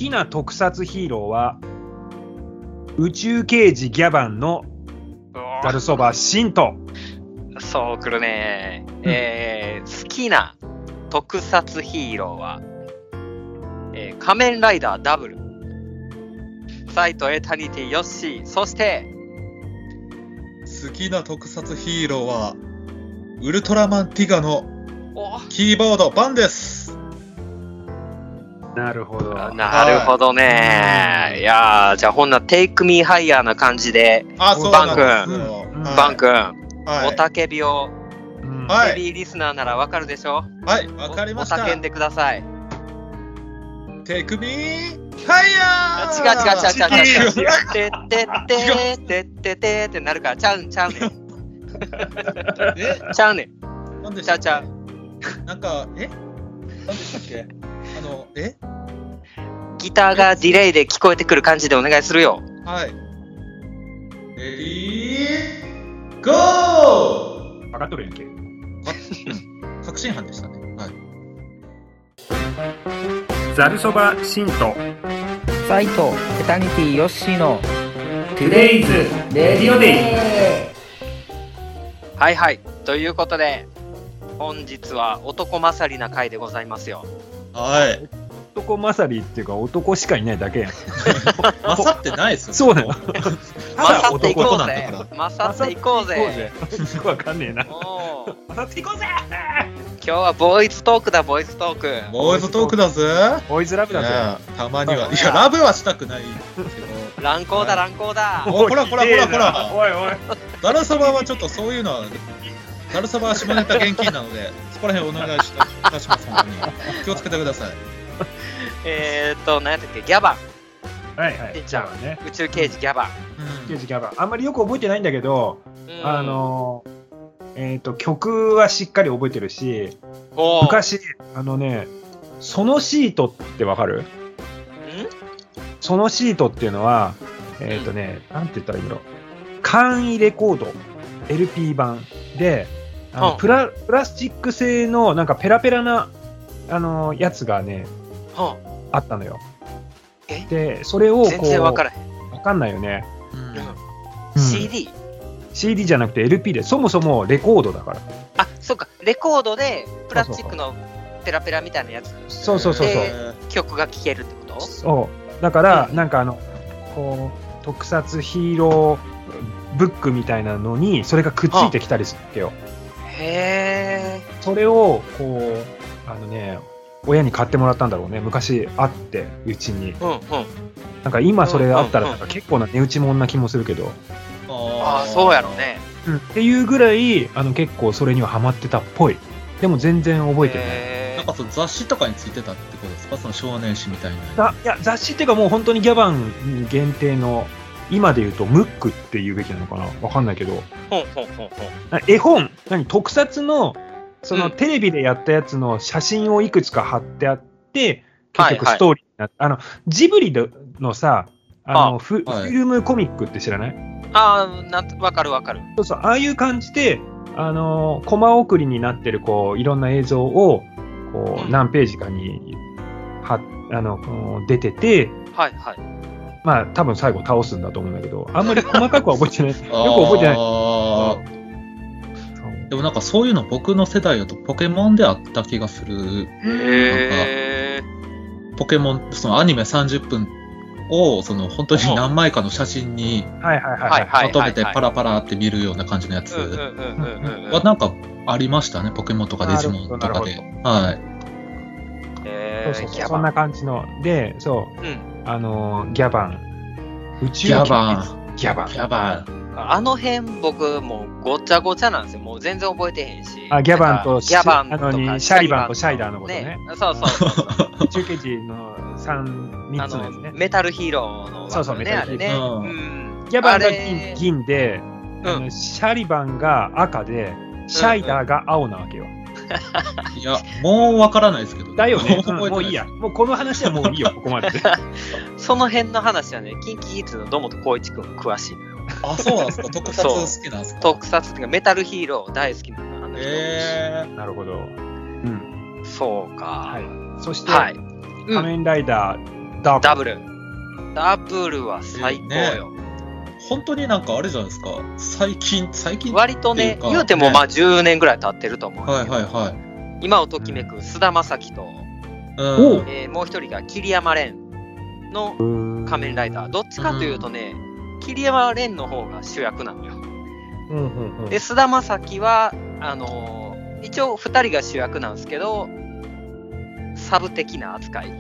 きな特撮ヒーローは宇宙刑事ギャバンのざるそばシント。 そうくるね、好きな特撮ヒーローは、仮面ライダーダブル、サイトエタニティヨッシー、そして好きな特撮ヒーローはウルトラマンティガのキーボードバンです。 なるほど。 なるほどね。いやー、じゃあほんなテイクミーハイヤーな感じで、 そうなんですよ。 バン君、 はい、 おたけびを、 はい、 ヘビーリスナーならわかるでしょ。 はい、わかりました。 お叫んでください。 テイクミーハイヤー。 違う。てってってなるからちゃうねん。ちゃうねん。 なんでしたっけ？ ちゃう。 なんかなんでしたっけ？ ギターがディレイで聞こえてくる感じでお願いするよ。 はい。レディーゴー。 分かっとるやんけ。 確信犯でしたね。はい。 ざるそばシント。 サイトエタニティヨッシーのトゥデイズレディオデイ。 はい。ということで本日は男勝りな回でございますよ。 はい。 男勝りっていうか男しかいないだけやん。 勝ってないですよ。 そうだよ。 勝っていこうぜ。勝っていこうぜ。 よくわかんねえな。勝っていこうぜ。 今日はボーイズトークだ。ボーイズトークだぜ。 ボーイズラブだぜ。 たまには。いや、ラブはしたくないですけど。 乱行だ。 ほら。 おい。 ざるそばはちょっとそういうのは、ざるそばは下ネタ厳禁なので、そこら辺お願いいたします。本当に気をつけてください。 何やったっけ、ギャバン。 はい。 じゃあね、宇宙刑事ギャバン。 あんまりよく覚えてないんだけど、曲はしっかり覚えてるし、昔そのシートってわかる？そのシートっていうのはなんて言ったらいいんだろう。簡易レコード LP 版でプラスチック製のなんかペラペラなやつがねあったのよ。でそれをこう全然わからへん。 わかんないよね。 CD じゃなくて LP で、そもそもレコードだから。 あ、そうか、レコードでプラスチックのペラペラみたいなやつそうで曲が聴けるってこと？ そうだから、なんかこう特撮ヒーローブックみたいなのにそれがくっついてきたりするわけよ。 へー。 それをこう親に買ってもらったんだろうね。昔あってうちに、なんか今それあったらなんか結構な値打ちもんな気もするけど、 そうやろね、 っていうぐらい結構それにはハマってたっぽい。でも全然覚えてない。 なんかその雑誌とかについてたってことですか？その少年誌みたいな。 いや雑誌っていうかもう本当にギャバンに限定の、今で言うとムックっていうべきなのかな、わかんないけど、絵本、特撮のそのテレビでやったやつの写真をいくつか貼ってあって、結局ストーリーになって、ジブリのさ、フィルムコミックって知らない？ わかる。 そうそう、ああいう感じでコマ送りになってるこういろんな映像をこう何ページかに出てて、まあ多分最後倒すんだと思うんだけど、あんまり細かくは覚えてない。よく覚えてない。 でもなんかそういうの僕の世代だとポケモンであった気がする。ポケモン、そのアニメ30分をその本当に何枚かの写真にまとめてパラパラって見るような感じのやつはなんかありましたね。ポケモンとかデジモンとかで。 そんな感じので、そうギャバン、宇宙ギャバン。 あの辺僕もうごちゃごちゃなんですよ。もう全然覚えてへんし。 ギャバンとシャリバンとシャイダーのことね。 そう。 宇宙刑事の3つのやつね。 メタルヒーローの。そうメタルヒーロー。ギャバンが銀で、シャリバンが赤で、シャイダーが青なわけよ。 いや、もうわからないですけど。 だよね。もういいや。もうこの話はもういいよ、ここまでで。 その辺の話はね、キンキキッズの堂本光一君詳しいのよ。 そうなんですか。特撮好きなんですか。 特撮っていうかメタルヒーロー大好きなの。 なるほど。 そうか。 そして、仮面ライダーダブルは最高よ。 本当になんかあれじゃないですか、最近割とね、言うてもまあ10年ぐらい経ってると思う。 はいはいはい。 今をときめく菅田将暉と、もう一人が桐山蓮の仮面ライダー。どっちかというとね、桐山蓮の方が主役なのよ。で、菅田将暉は一応2人が主役なんですけど、サブ的な扱い。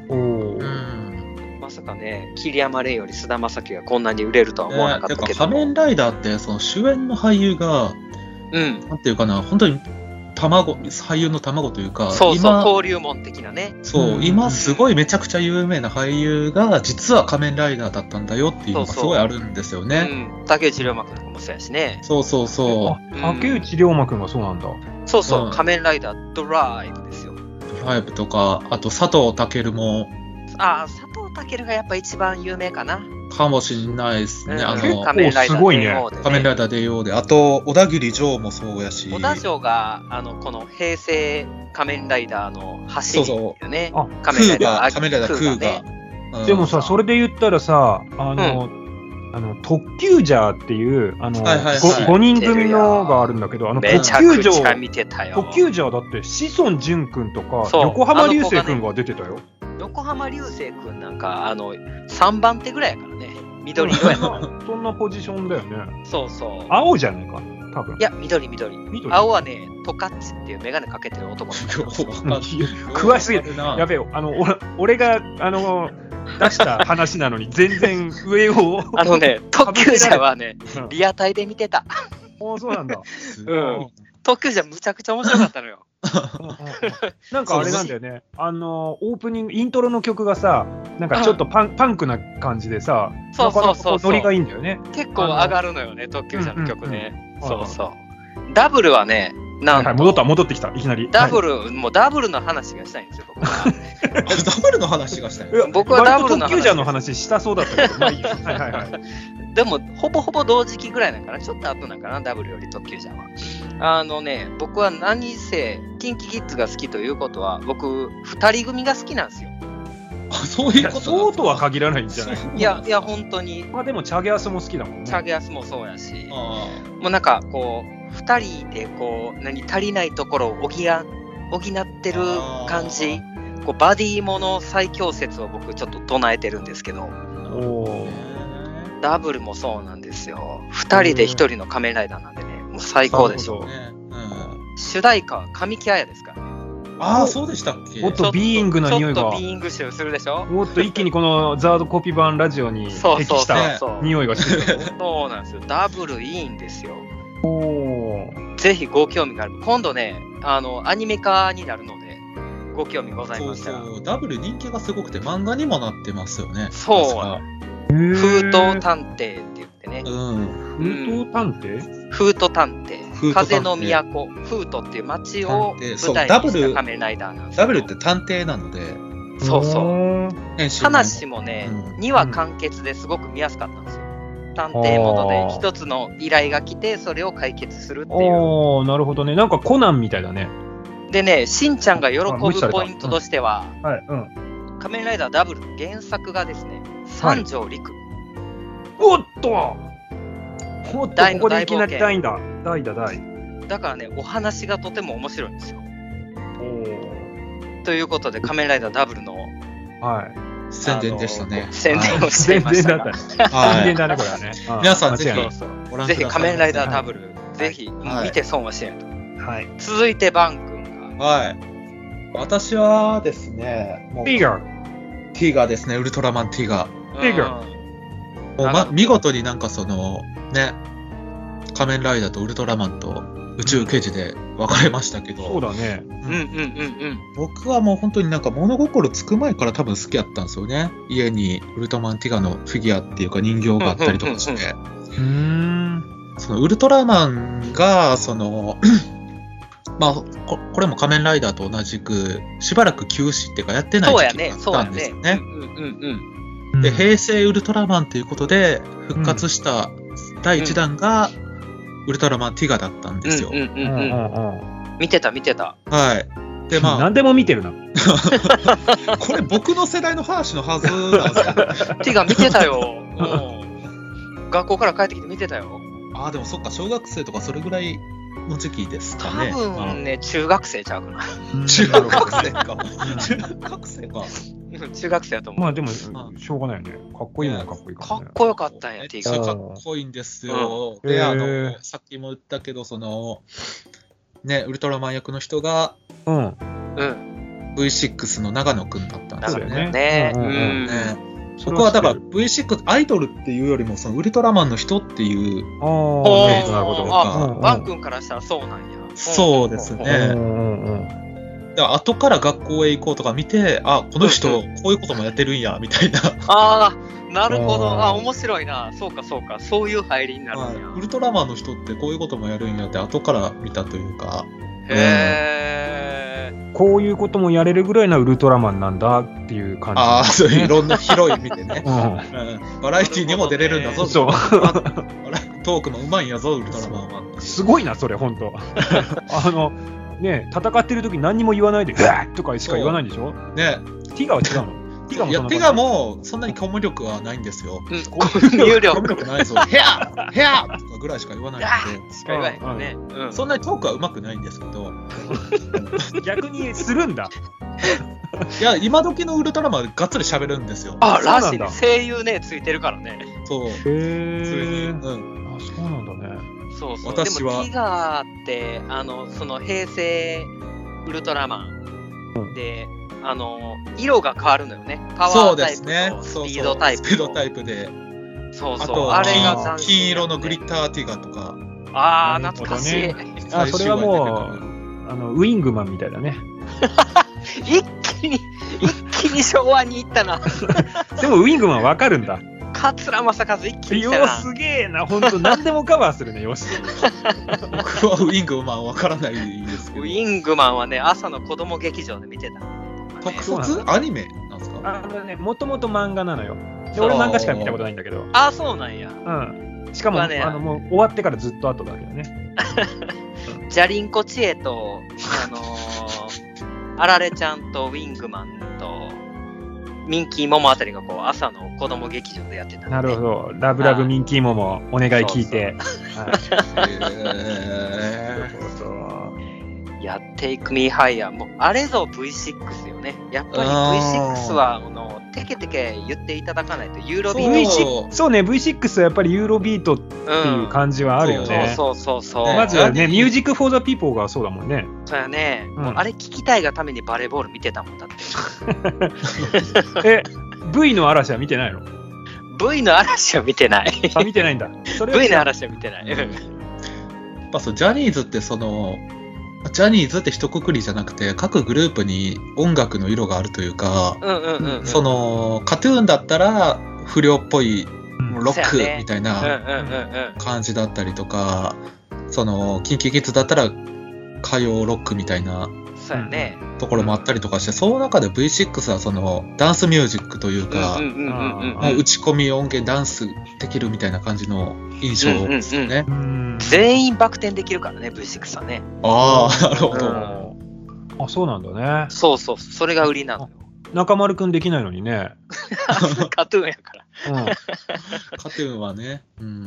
まさかね、桐山蓮より菅田将暉がこんなに売れるとは思わなかったけど。 仮面ライダーってその主演の俳優が、なんていうかな、本当に俳優の卵というか、 登竜門的なね。 今すごいめちゃくちゃ有名な俳優が実は仮面ライダーだったんだよっていうのがすごいあるんですよね。 竹内涼真君もそうやしね。 竹内涼真君がそうなんだ。 仮面ライダードライブですよ。 ドライブとか、あと佐藤健も。 佐藤健がやっぱ一番有名かな。 かもしれないですね。 仮面ライダーで、 仮面ライダーでようで、あと小田切城もそうやし。 小田城がこの平成仮面ライダーの走りよね。 仮面ライダークーガ。 でもさ、それで言ったらさ、特急ジャーっていう5人組のがあるんだけど、特急ジャーだって志尊淳君とか横浜流星君が出てたよ。 横浜流星君なんか3番手ぐらいやからね。緑色やな。 そんなポジションだよね。青じゃないか多分。 いや、緑。青はね、トカッチっていうメガネかけてる男の子。 詳しすぎる。やべえよ。俺が出した話なのに全然上を特急ジャーはね、リアタイで見てた。 そうなんだ。 特急ジャーむちゃくちゃ面白かったのよ。 なんかあれなんだよね。オープニングイントロの曲がさ、なんかちょっとパンクな感じでさ、ノリがいいんだよね。 結構上がるのよね、特急ジャーの曲ね。ダブルはね、 戻ってきた、いきなり。 ダブルの話がしたいんですよ、僕は。 ダブルの話がしたい。 僕はダブルの話。 特急ジャーの話したそうだったけど、まあいいよ。 でも、ほぼほぼ同時期ぐらいなんかな、ちょっと後なんかな、ダブルより特急ジャーは。僕は何せ、キンキキッズが好きということは、僕、2人組が好きなんですよ。 そういうこと。 そうとは限らないんじゃない？ いや、本当に。 でも、チャゲアスも好きだもんね。 チャゲアスもそうやし、もうなんか、こう、2人で、こう、足りないところを補ってる感じ。こうバディもの最強説を僕ちょっと唱えてるんですけど、ダブルもそうなんですよ。2人で1人の仮面ライダーなんでね、もう最高でしょ。主題歌は神木彩ですからね。 そうでしたっけ？ もっとビーイングな匂いが。 ちょっとビーイング臭するでしょ？ もっと一気にこのザードコピー版ラジオに適した匂いがしてる。 そうなんですよ。ダブルいいんですよ。ぜひご興味がある。今度ね、アニメ化になるので、ご興味ございましたら。 ダブル人気がすごくて漫画にもなってますよね。 封筒探偵って言ってね。 封筒探偵？ 封筒探偵。風の都、封筒っていう街を舞台にした仮面ライダーなんですよ。 ダブルって探偵なので。 話もね、2話完結ですごく見やすかったんですよ。探偵モードで一つの依頼が来て、それを解決するっていう。 なるほどね。なんかコナンみたいだね。 でね、しんちゃんが喜ぶポイントとしては、仮面ライダーダブルの原作がですね、三条陸。 おっとここでいきなり大だ。 だからね、お話がとても面白いんですよ。ということで、仮面ライダーダブルの、 宣伝でしたね。 宣伝をしていましたが。 宣伝だね、これはね。 皆さんぜひ仮面ライダーダブル、ぜひ見て損はしないと。続いてバン君が。 私はですね、 ティガーですね、ウルトラマンティガー。見事になんかそのね、仮面ライダーとウルトラマンと宇宙刑事で分かれましたけど、 そうだね。 僕はもう本当になんか物心つく前から多分好きやったんですよね。家にウルトラマンティガのフィギュアっていうか人形があったりとかして、そのウルトラマンがそのこれも仮面ライダーと同じくしばらく休止っていうかやってない時期があったんですよね。で、平成ウルトラマンということで復活した第1弾がウルトラマンティガだったんですよ。 見てた。 でまあ何でも見てるな。 これ僕の世代の話のはずなんですよ。 ティガ見てたよ。学校から帰ってきて見てたよ。 ああ、でもそっか、小学生とかそれぐらいの時期ですかね。 多分ね、中学生ちゃうかな。 中学生か。中学生か。 中学生だと思う。 まあでも、しょうがないよね。かっこいいもんかっこいいかっこよかったんや、ティガ。 かっこいいんですよ。で、さっきも言ったけど、ね、ウルトラマン役の人が、V6 の長野くんだったんですよね。僕はだから V6 アイドルっていうよりもそのウルトラマンの人っていうなるほど。 バン君からしたらそうなんや。 そうですね。だから後から学校へ行こうとか見て、あ、この人こういうこともやってるんやみたいな。 ああ、なるほど。あ、面白いな。そうかそうか。そういう入りになるんや。 ウルトラマンの人ってこういうこともやるんやって後から見たというか。 こういうこともやれるぐらいなウルトラマンなんだっていう感じ、ね。 ああ、そういういろんな広い意味でね。バラエティにも出れるんだぞ。 そう。 トークもうまいんやぞ、ウルトラマンは。 すごいな、それ、ほんと。ね、戦ってる時何にも言わないで、うわーとかしか言わないんでしょね。ティガは違うの？ ティガもそんなにコミュ力はないんですよ。 コミュ力ないぞ。ヘアとかぐらいしか言わないので。 しか言わないね。 そんなにトークは上手くないんですけど。 逆にするんだ。 いや、今時のウルトラマンはがっつり喋るんって。 あ、らしいね。声優ね、ついてるからね。 そう。 へー。あ、そうなんだね。 そうそう。でもティガーって、その平成ウルトラマンで、色が変わるのよね。パワータイプとスピードタイプ。 スピードタイプで。 そうそう。 あと、あれが金色のグリッターティガとか。 ああ、懐かしい。 あ、それはもう、ウィングマンみたいだね。 一気に昭和に行ったな。 でもウィングマンわかるんだ。 桂正和一気に来たな。 すげえな、ほんと何でもカバーするね、よし。 僕はウィングマンわからないですけど。 ウィングマンはね、朝の子供劇場で見てた。 特撮アニメなんですか？ もともと漫画なのよ。で、俺漫画しか見たことないんだけど。 あ、そうなんや。 しかも、もう終わってからずっと後だけどね。 ジャリンコチエと、あられちゃんとウィングマンと、ミンキーモモあたりがこう朝の子供劇場でやってた、ね。 なるほど。ラブラブミンキーモモ、お願い聞いて。 やっていくミーハイヤー。もう、あれぞ V6 よね。やっぱり V6 は、テケテケ言っていただかないと、ユーロビート。 そうね、V6 はやっぱりユーロビートっていう感じはあるよね。 そう。 まずはね、ミュージックフォーザピーポーがそうだもんね。 そうやね。あれ聞きたいがためにバレーボール見てたもんだって。 V の嵐は見てないの？ V の嵐は見てない。 あ、見てないんだ。 V の嵐は見てない。 やっぱジャニーズってジャニーズって一括りじゃなくて各グループに音楽の色があるというか、カトゥーンだったら不良っぽいロックみたいな感じだったりとか、KinKiKidsだったら歌謡ロックみたいなところもあったりとかして、その中で V6 はダンスミュージックというか、打ち込み音源ダンスできるみたいな感じの印象ですよね。 全員バク転できるからね、V6 はね。 ああ、なるほど。 あ、そうなんだね。 そう。それが売りなのよ。 中丸くんできないのにね。 カトゥーンやから。 カトゥーンはね。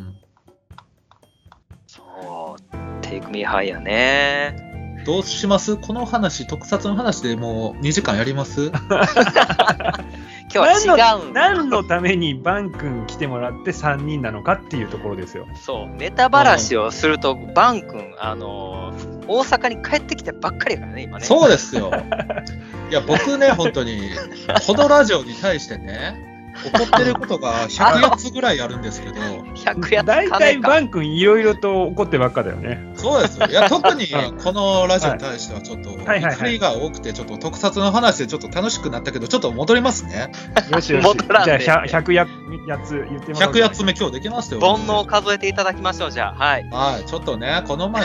そう、Take Me Higher ね。 どうします？この話、特撮の話でもう2時間やります？ 今日は違うんだ。 何のためにバン君来てもらって3人なのかっていうところですよ。 そう、ネタばらしをすると、バン君、大阪に帰ってきてばっかりやからね、今ね。 そうですよ。いや、僕ね、本当に、このラジオに対してね、怒ってることが100やつぐらいあるんですけど、 100やつ大体バン君いろいろと怒ってばっかだよね。 そうですよ。いや、特にこのラジオに対してはちょっと怒りが多くて、ちょっと特撮の話でちょっと楽しくなったけど、ちょっと戻りますね。 よし。戻らんで。 じゃあ100やつ言ってもら 100やつ目今日できましたよ。 煩悩を数えていただきましょう、じゃあ。はい。 はい、ちょっとね、この前、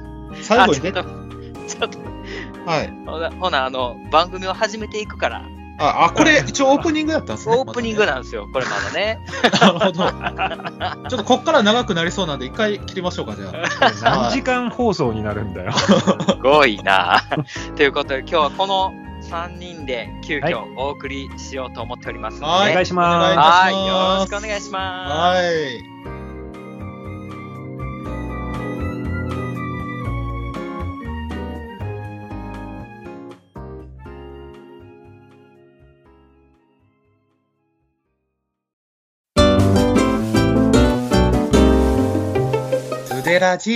最後にね。 ちょっと。はい。ほな、番組を始めていくから、 これ一応オープニングだったんですね。 オープニングなんですよ、これまだね。 なるほど。ちょっとこっから長くなりそうなんで、一回切りましょうか、じゃあ。何時間放送になるんだよ。 すごいな。ということで、今日はこの3人で急遽お送りしようと思っておりますので、 お願いします。 はい、よろしくお願いします。 はい。でラジ。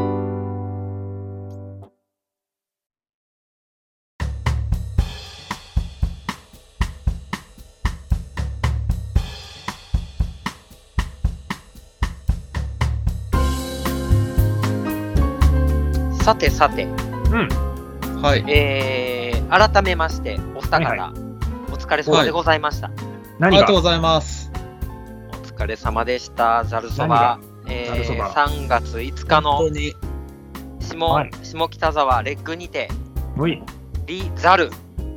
さてさて、 はい。 改めましてお二方、お疲れ様でございました。 ありがとうございます。 お疲れ様でした。ざるそば。3月5日の下北沢レッグにてリザル、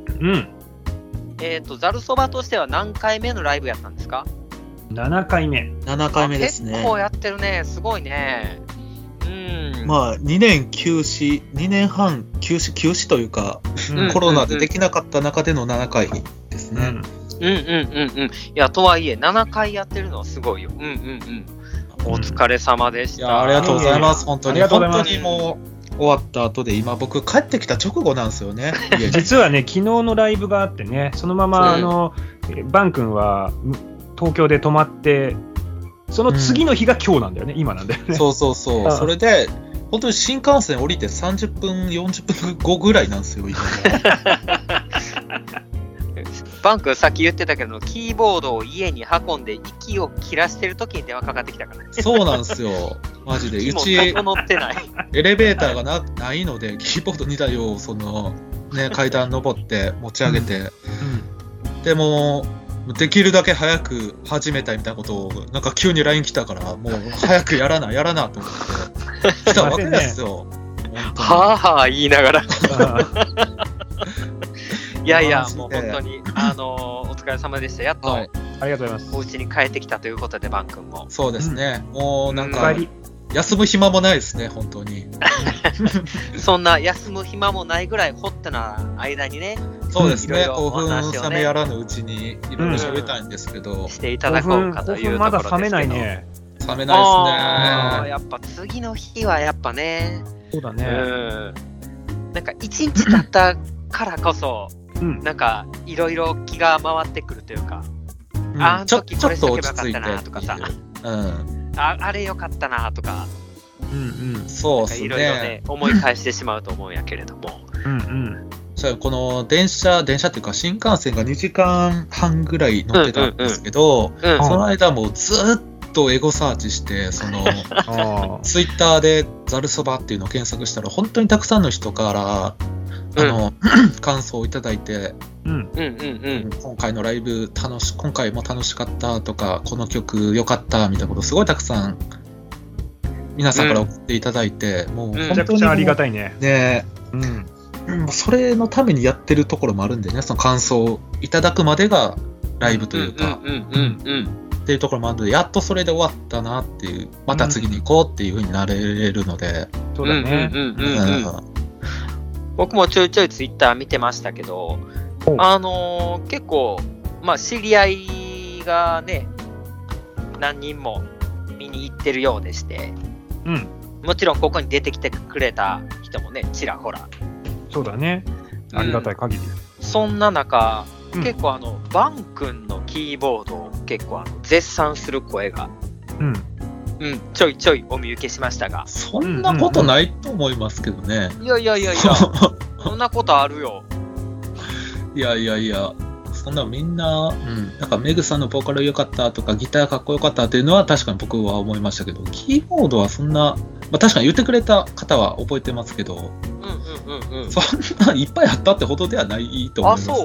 ざるそばとしては何回目のライブやったんですか ？7回目ですね。 結構やってるね、すごいね。 まあ2年半休止というか、コロナでできなかった中での7回ですね。 いや、とはいえ7回やってるのはすごいよ。お疲れ様でした。 いや、ありがとうございます。本当にもう終わった後で、今僕帰ってきた直後なんですよね。 実はね、昨日のライブがあってね、そのままバン君は東京で泊まって、その次の日が今日なんだよね、今なんだよね。 そう。それで本当に新幹線降りて30分40分後ぐらいなんですよ、今。 バンクさっき言ってたけど、キーボードを家に運んで息を切らしてる時に電話かかってきたからね。 そうなんですよ、マジで。うち乗ってないエレベーターが ないので、キーボード2台を階段登って持ち上げて、でもできるだけ早く始めたいみたいなことをなんか急に LINE 来たから、もう早くやらなと思って来たわけですよ。 はぁはぁ言いながら。いやいや、もう本当にお疲れ様でした。やっと、 ありがとうございます。 お家に帰ってきたということで、バン君も。 そうですね。もうなんか休む暇もないですね、本当に。 そんな休む暇もないぐらいホットな間にね。 そうですね。興奮冷めやらぬうちにいろいろ喋りたいんですけど、 していただこうかというところですけど。 まだ冷めないね。 冷めないですね。 やっぱ次の日はやっぱね。 そうだね。 なんか一日経ったからこそ。なんかいろいろ気が回ってくるというか、あの時これしとけばよかったなとかさ、あれよかったなとか、 そうですね。 いろいろね思い返してしまうと思うんやけれども、 この電車っていうか新幹線が2時間半ぐらい乗ってたんですけど、その間もずっとエゴサーチして、ツイッターでざるそばっていうのを検索したら、本当にたくさんの人から感想をいただいて、今回のライブ今回も楽しかったとか、この曲良かったみたいなことすごいたくさん皆さんから送っていただいて、もうめちゃくちゃありがたいね。 それのためにやってるところもあるんでね、その感想をいただくまでがライブというかっていうところもあるので、やっとそれで終わったなっていう、また次に行こうっていう風になれるので、 そうだね。 僕もちょいちょいツイッター見てましたけど、結構、知り合いがね、何人も見に行ってるようでして、もちろんここに出てきてくれた人もね、ちらほら。 そうだね。ありがたい限り。 そんな中、結構バン君のキーボードを結構絶賛する声が、ちょいちょいお見受けしましたが、 そんなことないと思いますけどね。 いやそんなことあるよ。 いやそんなみんな、なんかメグさんのボーカル良かったとかギターかっこよかったっていうのは確かに僕は思いましたけど、キーボードはそんな、確かに言ってくれた方は覚えてますけど、そんないっぱいあったってほどではないと思います。 あ、そう？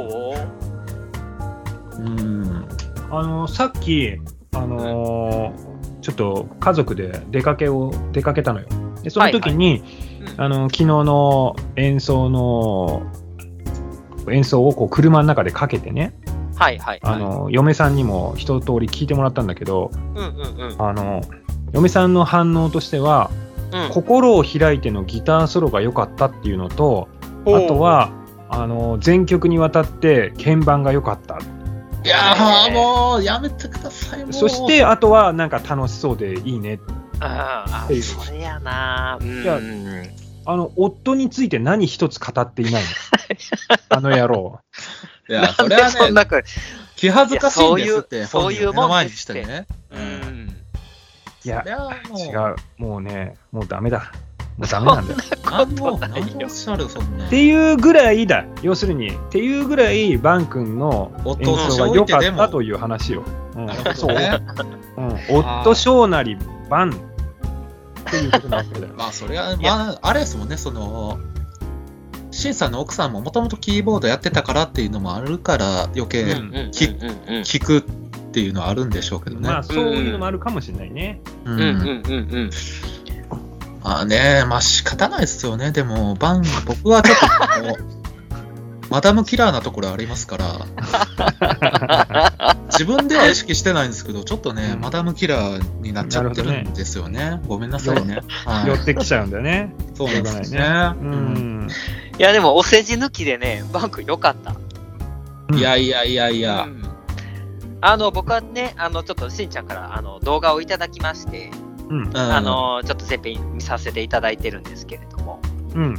さっきちょっと家族で出かけたのよ。でその時に、昨日の演奏の演奏をこう車の中でかけてね、 はいはい、 嫁さんにも一通り聞いてもらったんだけど、嫁さんの反応としては、心を開いてのギターソロが良かったっていうのと、あとは全曲にわたって鍵盤が良かった。 いやーもうやめてください。もうそしてあとはなんか楽しそうでいいね。 それやな。いや、 夫について何一つ語っていないの。野郎。 いや、それはね、気恥ずかしいんですって、 そういうもん前にしてね。 いや、違う。もうダメだ。もうダメなんだよ。 何おっしゃる、そんな。 っていうぐらいだ。要するに、っていうぐらい、バン君の演奏が良かったという話よ。 そうね。 夫小なりバンっていうことなわけだよ。 まあ、それは、あれですもんね、シンさんの奥さんももともとキーボードやってたからっていうのもあるから、余計聞くっていうのはあるんでしょうけどね。 まあ、そういうのもあるかもしれないね。 まあね、まあ仕方ないですよね。でも、僕はちょっとマダムキラーなところありますから、自分では意識してないんですけど、ちょっとね、マダムキラーになっちゃってるんですよね。ごめんなさいね。 寄ってきちゃうんだよね。 そうなんですね。 いや、でも、お世辞抜きでね、バンク良かった。 いや。 僕はね、ちょっとしんちゃんから動画をいただきまして、ちょっと前編見させていただいてるんですけれども、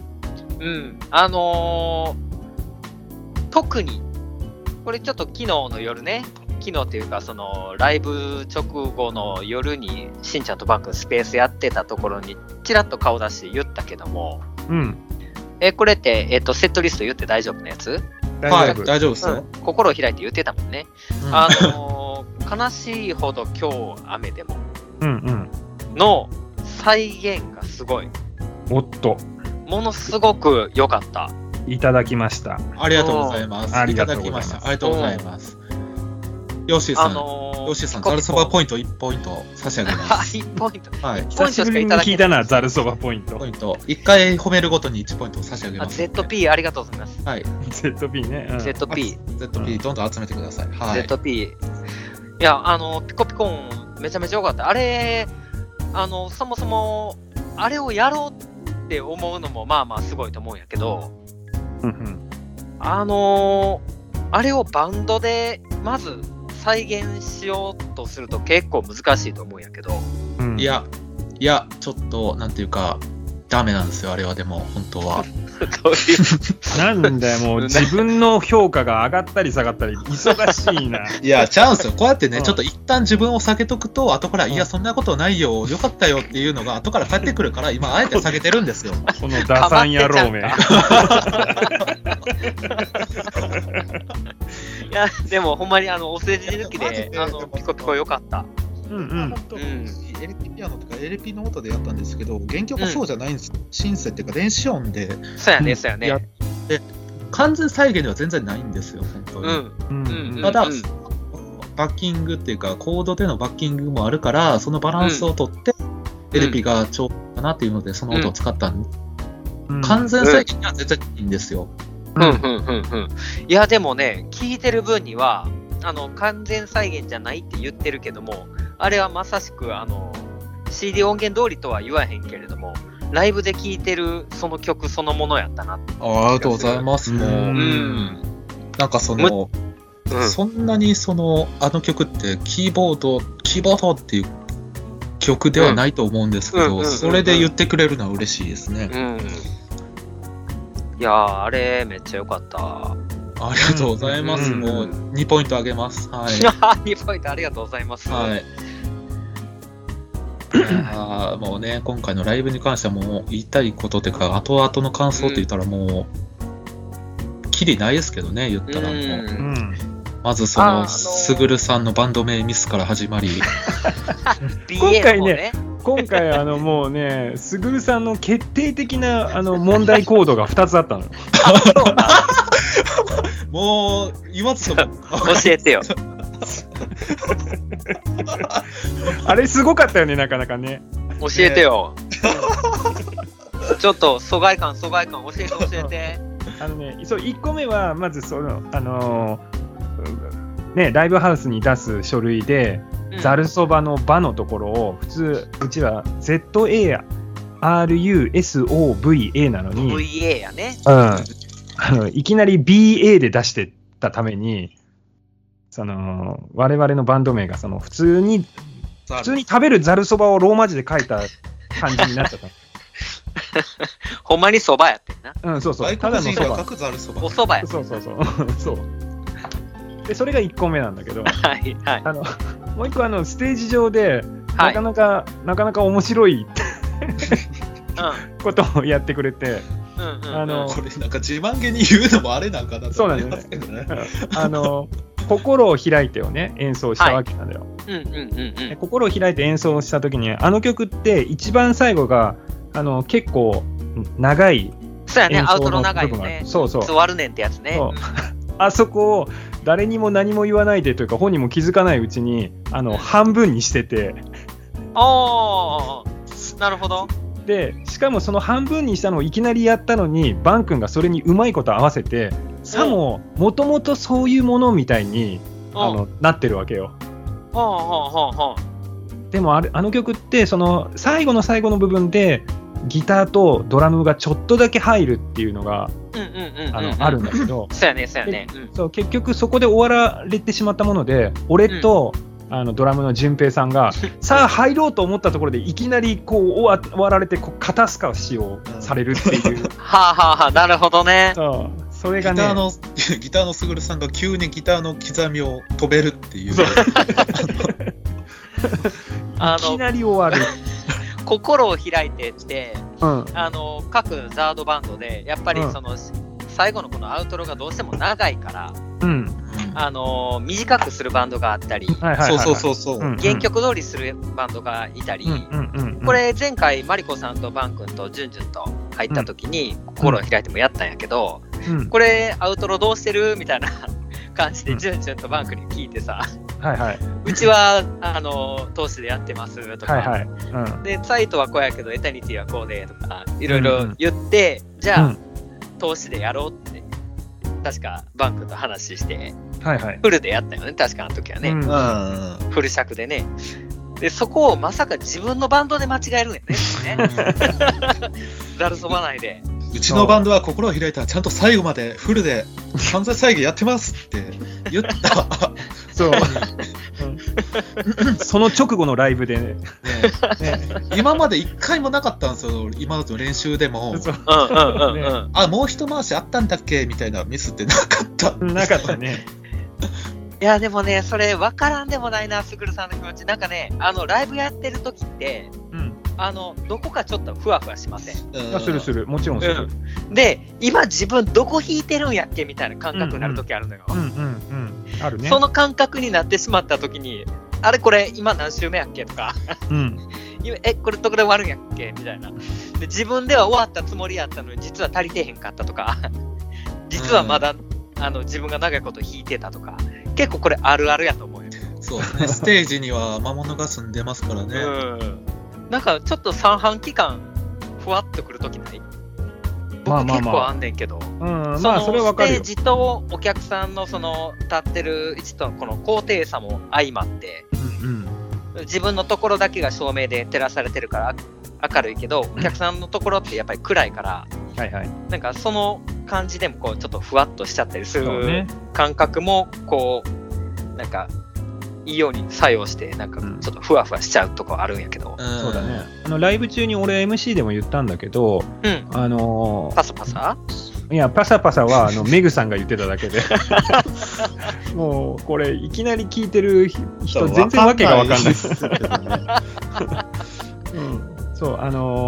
特にこれちょっと昨日の夜ね、昨日っていうかライブ直後の夜にしんちゃんとバンクスペースやってたところにちらっと顔出して言ったけども、これって、セットリスト言って大丈夫なやつ？ はい、大丈夫ですよ。 心を開いて言ってたもんね。悲しいほど今日雨でもの再現がすごい。 おっと。 ものすごく良かった。 いただきました。 ありがとうございます。 ありがとうございます。 ありがとうございます。ヨッシーさん、ザルそばポイント1ポイント差し上げます。 1ポイント。 はい。 久しぶりに聞いたな、ザルそばポイント。 1回褒めるごとに1ポイント差し上げます。 ZP ありがとうございます。 はい。 ZP ね。 ZP どんどん集めてください。はい。 ZP。いや、ピコピコンめちゃめちゃ良かった。あれ、そもそも、あれをやろうって思うのもまあまあすごいと思うんやけど、あれをバンドでまず再現しようとすると結構難しいと思うんやけど、 いやちょっとなんていうかダメなんですよ、あれは。でも本当はなんだよ、もう自分の評価が上がったり下がったり忙しいな。 いや、ちゃうんすよ。こうやってね、ちょっと一旦自分を下げとくと、後からいやそんなことないよ、よかったよっていうのが後から返ってくるから、今あえて下げてるんですよ。 このダサン野郎め。いや、でもほんまにお世辞抜きでピコピコ良かった。 エレピピアノとかエレピノートでやったんですけど、原曲はそうじゃないんですよ。シンセっていうか電子音で。 そうやね。 で、完全再現では全然ないんですよ、本当に。ただ、バッキングっていうか、コードでのバッキングもあるから、そのバランスをとって、エレピがちょうどかなっていうので、その音を使ったんで、完全再現には絶対いいんですよ。 いや、でもね、聞いてる分には、完全再現じゃないって言ってるけども、あれはまさしくCD 音源通りとは言わへんけれども、ライブで聴いてるその曲そのものやったなって。 ありがとうございます。なんかそんなにあの曲ってキーボードっていう曲ではないと思うんですけど、それで言ってくれるのは嬉しいですね。 いやー、あれめっちゃ良かった。 ありがとうございます。もう2ポイントあげます。はい。 2ポイントありがとうございます。 はい。もうね、今回のライブに関してはもう言いたいことというか、後々の感想って言ったらもう、きりないですけどね、言ったらもう。まずすぐるさんのバンド名ミスから始まり。 今回もうね、すぐるさんの決定的な問題コードが2つあったのよ。 もう言わずとも教えてよ。 あれすごかったよね、なかなかね。 教えてよ。ちょっと疎外感教えて。 そう、1個目は、まずライブハウスに出す書類で、ざるそばの場のところを、普通、うちは ZARUSOVA なのに、 VA やね。 いきなり BA で出してたために、我々のバンド名が、普通に食べるざるそばをローマ字で書いた感じになっちゃった。 ほんまにそばやってんな。 そうそう。 ただのそば。 おそばや。 そう。で、それが1個目なんだけど、 はいはい。 もう1個ステージ上で、なかなか面白いことをやってくれて、 これなんか自慢げに言うのもあれなんかなと思いますけどね。 心を開いてをね、演奏したわけなんだよ。心を開いて演奏したときに、曲って一番最後が、結構長いそうやね、アウトロ長いよね。 そう。 終わるねんってやつね。 あそこを誰にも何も言わないでというか、本人も気づかないうちに、半分にしてて。 なるほど。 で、しかもその半分にしたのをいきなりやったのに、バン君がそれにうまいこと合わせて、さも、もともとそういうものみたいに、なってるわけよ。でもあの曲って、最後の最後の部分で、ギターとドラムがちょっとだけ入るっていうのがあるんだけど、 そうやね。 そう結局そこで終わられてしまったもので、俺と、ドラムの順平さんがさあ入ろうと思ったところでいきなりこう終わられて肩透かしをされるっていう。 なるほどね。 それがね、 ギターのすぐるさんが急にギターの刻みを飛べるっていう。いきなり終わる。 心を開いてって、各ザードバンドでやっぱり最後のこのアウトロがどうしても長いから、短くするバンドがあったり、 そう原曲通りするバンドがいたり、これ前回マリコさんとバン君とジュンジュンと入った時に心を開いてもやったんやけど、これアウトロどうしてるみたいな感じでジュンジュンとバン君に聞いてさ、うちは投資でやってますとか、でサイトはこうやけどエタニティはこうでとかいろいろ言って、じゃあ投資でやろうって確かバン君と話して、フルでやったよね、確かあの時はね、フル尺でね。でそこをまさか自分のバンドで間違えるんやね。ざるそばないで。 うちのバンドは心を開いたらちゃんと最後までフルで完全再現やってますって言った。 そう。その直後のライブでね。 今まで一回もなかったんですよ、今までの練習でも。もう一回しあったんだっけみたいなミスってなかった。 なかったね。 いやでもね、それ分からんでもないな、すぐるさんの気持ち。なんかね、ライブやってる時って、どこかちょっとふわふわしません？ する、もちろんする。 で、今自分どこ弾いてるんやっけみたいな感覚になる時あるのよ。 あるね。 その感覚になってしまった時に、あれこれ今何週目やっけとか、これどこで終わるんやっけみたいな。で、自分では終わったつもりやったのに実は足りてへんかったとか、実はまだ自分が長いこと弾いてたとか、結構これあるあるやと思うよ。 そうね、ステージには魔物が住んでますからね。 なんかちょっと三半期間ふわっとくるときない？僕結構あんねんけど、 それはわかるよ。 ステージとお客さんのその立ってる位置とこの高低差も相まって、自分のところだけが照明で照らされてるから明るいけど、お客さんのところってやっぱり暗いから、なんかその感じでもこうちょっとふわっとしちゃったりする感覚もこうなんかいいように作用してなんかちょっとふわふわしちゃうとこあるんやけど、 そうだね。ライブ中に俺 MC でも言ったんだけど、 パサパサ？ いや、パサパサはメグさんが言ってただけでもうこれいきなり聞いてる人全然わけがわかんないそう、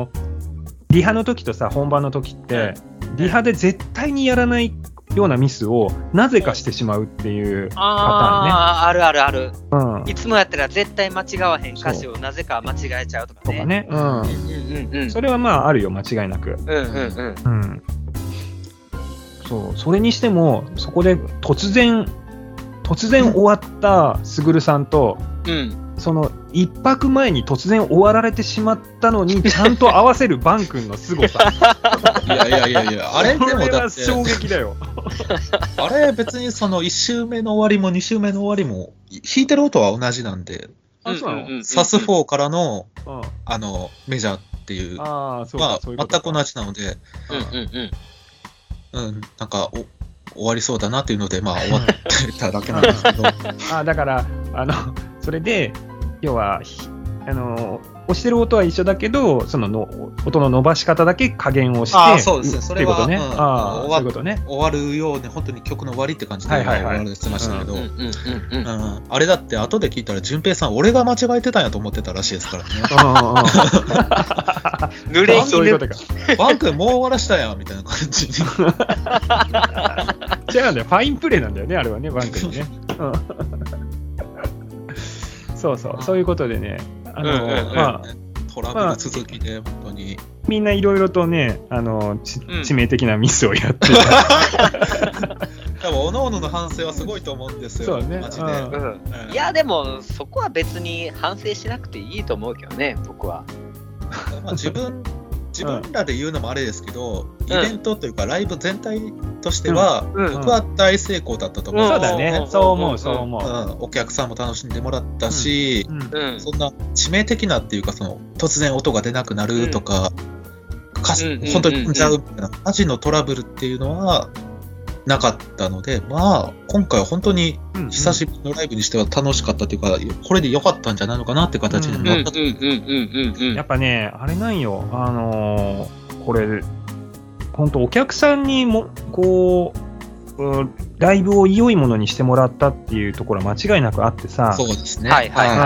リハの時とさ本番の時って、リハで絶対にやらないようなミスをなぜかしてしまうっていうパターンね。 あるあるある、いつもやったら絶対間違わへん歌詞をなぜか間違えちゃうとかね。それはまああるよ、間違いなく。 そう、それにしてもそこで突然終わったすぐるさんと、 その一泊前に突然終わられてしまったのにちゃんと合わせるバン君の凄さ。 いや、あれでもだって衝撃だよ。 あれ別にその1周目の終わりも2周目の終わりも弾いてる音は同じなんで、サス4からのメジャーっていうまあ全く同じなので、なんか終わりそうだなっていうので、まあ終わってただけなんですけど。 だからそれで要は押してる音は一緒だけど、その音の伸ばし方だけ加減をして、 そうですね、それはね、 終わるように本当に曲の終わりって感じで終わられてましたけど、あれだって後で聞いたら順平さん俺が間違えてたんやと思ってたらしいですからね。 濡れ衣バン君もう終わらしたやんみたいな感じに。 違うんだよ、ファインプレーなんだよね、あれはね、バン君ね。そういうことでね、 トラブル続きで、本当に。 みんないろいろとね、致命的なミスをやって多分、おのおのの反省はすごいと思うんですよ、マジで。 いや、でも、そこは別に反省しなくていいと思うけどね、僕は。 自分らで言うのもあれですけど、イベントというかライブ全体としては、僕は大成功だったと思う。 そうだね、そう思う。 お客さんも楽しんでもらったし、そんな致命的なっていうか、その突然音が出なくなるとか、本当に飛んじゃうみたいなマジのトラブルっていうのはなかったので、まあ今回は本当に久しぶりのライブにしては楽しかったというか、これで良かったんじゃないのかなって形になった。 やっぱね、あれなんよ、これ本当お客さんにもこうライブを良いものにしてもらったっていうところは間違いなくあってさ。 そうですね。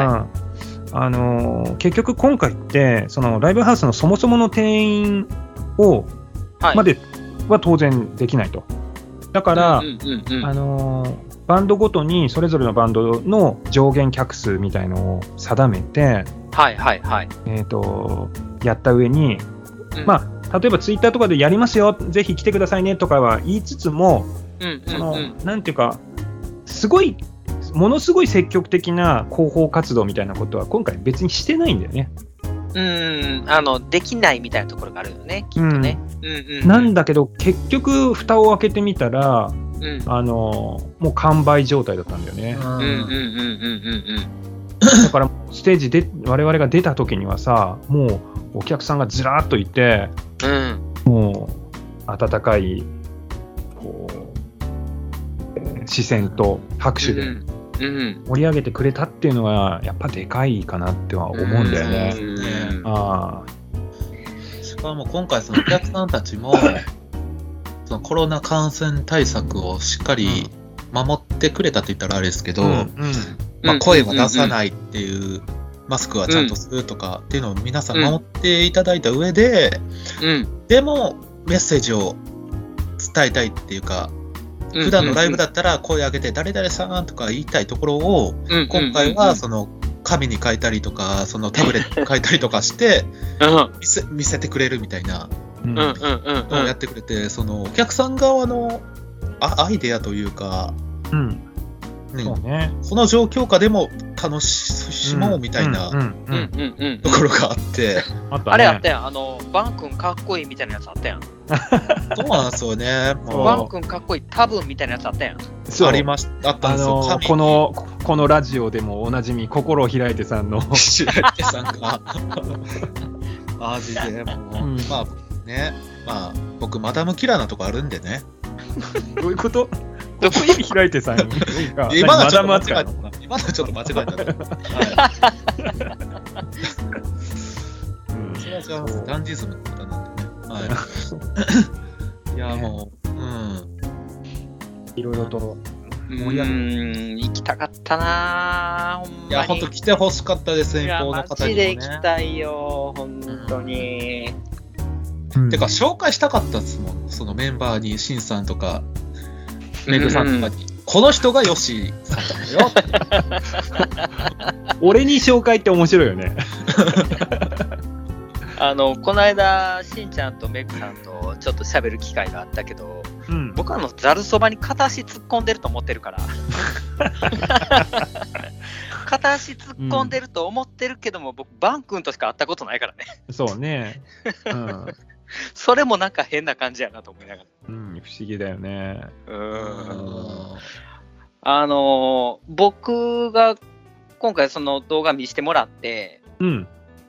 結局今回ってそのライブハウスのそもそもの定員をまでは当然できないと。だから、バンドごとにそれぞれのバンドの上限客数みたいのを定めて、やった上に、例えばツイッターとかでやりますよ、ぜひ来てくださいねとかは言いつつも、なんていうか、ものすごい積極的な広報活動みたいなことは今回別にしてないんだよね。 できないみたいなところがあるよね、きっとね。 なんだけど結局蓋を開けてみたら、もう完売状態だったんだよね。だからステージで我々が出た時にはさ、もうお客さんがずらーっといて、もう温かいこう、視線と拍手で盛り上げてくれたっていうのはやっぱでかいかなっては思うんだよね。 しかも今回そのお客さんたちもそのコロナ感染対策をしっかり守ってくれたって言ったらあれですけど、声は出さないっていう、マスクはちゃんとするとかっていうのを皆さん守っていただいた上で、でもメッセージを伝えたいっていうか、普段のライブだったら声上げて誰々さんとか言いたいところを、今回はその紙に書いたりとか、そのタブレットに書いたりとかして見せてくれるみたいなのをやってくれて、そのお客さん側のアイデアというか、この状況下でも楽しもうみたいなところがあって、 あれあったやん、バン君かっこいいみたいなやつあったやん。 そうなんですよね。 バン君かっこいい多分みたいなやつあったやん。 ありました、あったんですよ。 このラジオでもおなじみ心を開いてさんの開いてさんがマジでもう、まあね、まあ僕マダムキラーなとこあるんでね。 どういうこと？どこに開いてさん今のちょっと間違えた。それはじゃあダンディズムの方なんでね。いやもういろいろと行きたかったな。ほんまに。 いや本当来てほしかったです、先方の方にもね。 マジで行きたいよ、本当に。 てか紹介したかったですもん、そのメンバーに、シンさんとかメグさんとかに、この人がヨッシーさんだよ。 俺に紹介って面白いよね。 この間しんちゃんとメグさんとちょっと喋る機会があったけど、僕はざるそばに片足突っ込んでると思ってるから。 片足突っ込んでると思ってるけども、僕バン君としか会ったことないからね。 そうね。うん。 それもなんか変な感じやなと思いながら。 うん、不思議だよね。 僕が今回その動画見せてもらって、 うん。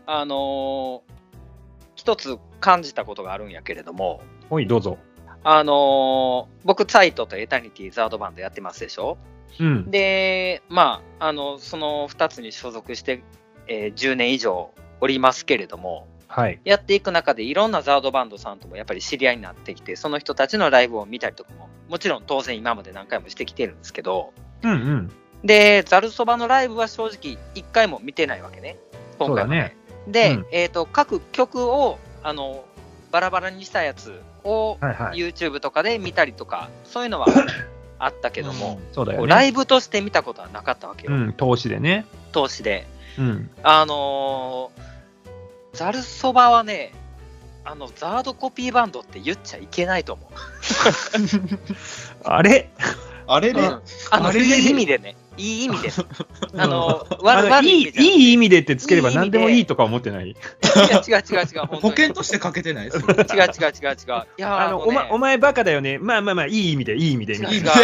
一つ感じたことがあるんやけれども。 はい、どうぞ。 僕、サイトとエタニティザードバンドやってますでしょ。 うん。 で、まあ、その2つに所属して、10年以上おりますけれども、 はい、 やっていく中でいろんなザードバンドさんともやっぱり知り合いになってきて、その人たちのライブを見たりとかも、もちろん当然今まで何回もしてきてるんですけど、 うんうん、 で、ザルそばのライブは正直1回も見てないわけね、今回もね。で、各曲をバラバラにしたやつを YouTube とかで見たりとか、そういうのはあったけども、 そうだよね、 ライブとして見たことはなかったわけよ。 投資でね。 投資で。ザルそばはね、ザードコピーバンドって言っちゃいけないと思う。 あれね、いい意味でね。いい意味で。 いい意味でってつければ何でもいいとか思ってない。 いや、違う。 保険としてかけてないですよ。 違う。いやお前バカだよね。まあ、いい意味で。 違う。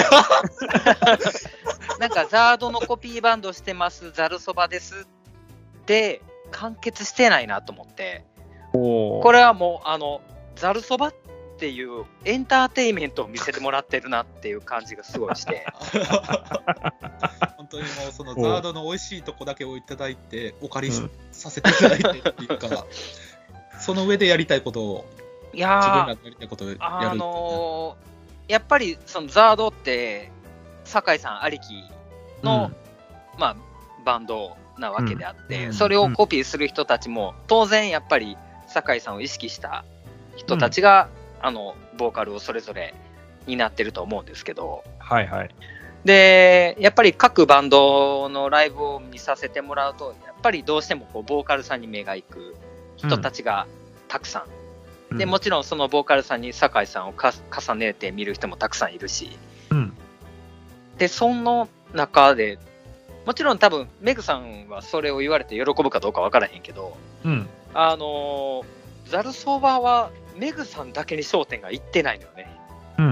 なんか、ザードのコピーバンドしてます、ザルそばですって完結してないなと思って。これはもう、ザルそばっていうエンターテインメントを見せてもらってるなっていう感じがすごいして。 本当にもうそのザードの美味しいとこだけをいただいてお借りさせていただいてっていうか、その上でやりたいことを、自分らのやりたいことをやる。 やっぱりそのザードって酒井さんありきの、まあバンドなわけであって、それをコピーする人たちも当然やっぱり酒井さんを意識した人たちが、ボーカルをそれぞれ担ってると思うんですけど、 はいはい。 で、やっぱり各バンドのライブを見させてもらうと、やっぱりどうしてもこうボーカルさんに目が行く人たちがたくさん。で、もちろんそのボーカルさんに酒井さんを重ねて見る人もたくさんいるし。で、その中で、もちろん多分メグさんはそれを言われて喜ぶかどうか分からへんけど、ザルそばはメグさんだけに焦点がいってないのよね。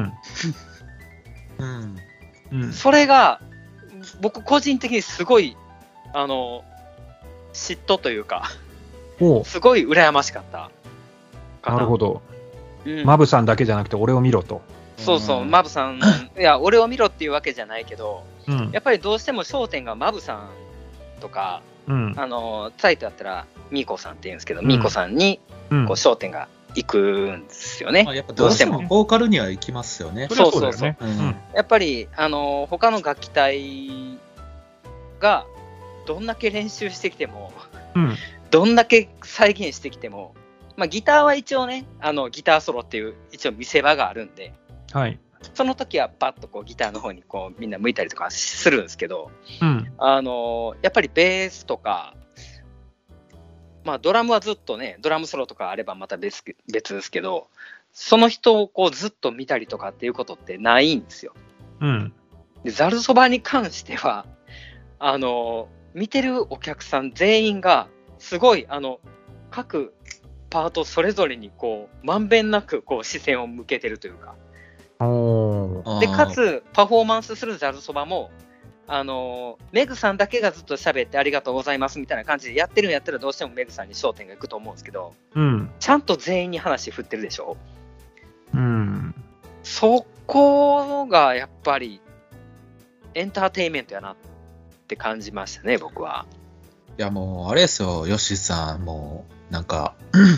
それが僕個人的にすごい嫉妬というか、すごい羨ましかったかな。 なるほど。マブさんだけじゃなくて俺を見ろと。 そう、マブさん、いや俺を見ろっていうわけじゃないけど、やっぱりどうしても焦点がマブさんとか、サイトやったらミーコさんって言うんですけど、ミーコさんにこう焦点が行くんですよね。 やっぱどうしてもボーカルには行きますよね。 そう。やっぱり他の楽器隊がどんだけ練習してきても、どんだけ再現してきても、まあギターは一応ね、ギターソロっていう一応見せ場があるんで、その時はパッとこうギターの方にこうみんな向いたりとかするんですけど、やっぱりベースとか、まあドラムはずっとね、ドラムソロとかあればまた別ですけど、その人をこうずっと見たりとかっていうことってないんですよ。でザルそばに関しては見てるお客さん全員がすごい各パートそれぞれにこうまんべんなくこう視線を向けてるというか、でかつパフォーマンスするザルそばもメグさんだけがずっと喋ってありがとうございますみたいな感じでやってるんやったらどうしてもメグさんに焦点がいくと思うんですけど、ちゃんと全員に話振ってるでしょ。そこがやっぱりエンターテインメントやなって感じましたね、僕は。 いやもうあれですよ、ヨッシーさん、もうなんか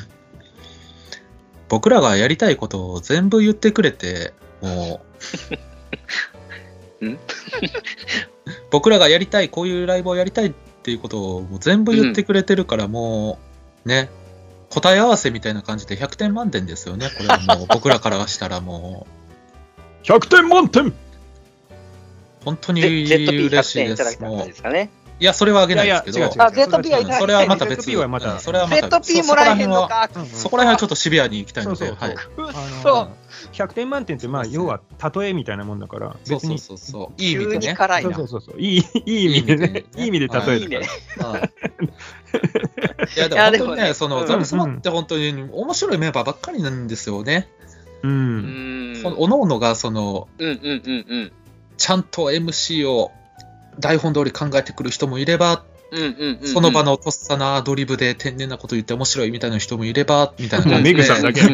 僕らがやりたいことを全部言ってくれて、もう僕らがやりたい、こういうライブをやりたいっていうことをもう全部言ってくれてるから、もうね、答え合わせみたいな感じで100点満点ですよね。これはもう僕らからしたらもう 100点満点。 本当に嬉しいです。 もういいや、それはあげないですけど。 ZP はそれはまた別。 ZP はまた。 ZP もらえへんのか。 そこら辺はちょっとシビアに行きたいので。 100点満点って、まあ、要は、例えみたいなもんだから、別に。 そう。いい意味でね。 いい意味でね。いい意味で例える。 いや、でも本当にね、ザルそばって本当に面白いメンバーばっかりなんですよね。おのおのが、ちゃんと MC を台本通り考えてくる人もいれば、その場のとっさなアドリブで天然なこと言って面白いみたいな人もいれば、みたいな感じで。 メグさんだけ。 ま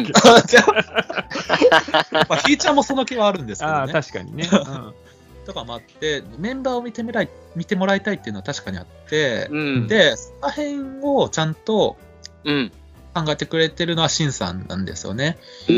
あ、ひーちゃんもその気はあるんですけどね。 確かにね。 とかもあって、メンバーを見てもらいたいっていうのは確かにあって、で、その辺をちゃんと考えてくれてるのはシンさんなんですよね。そう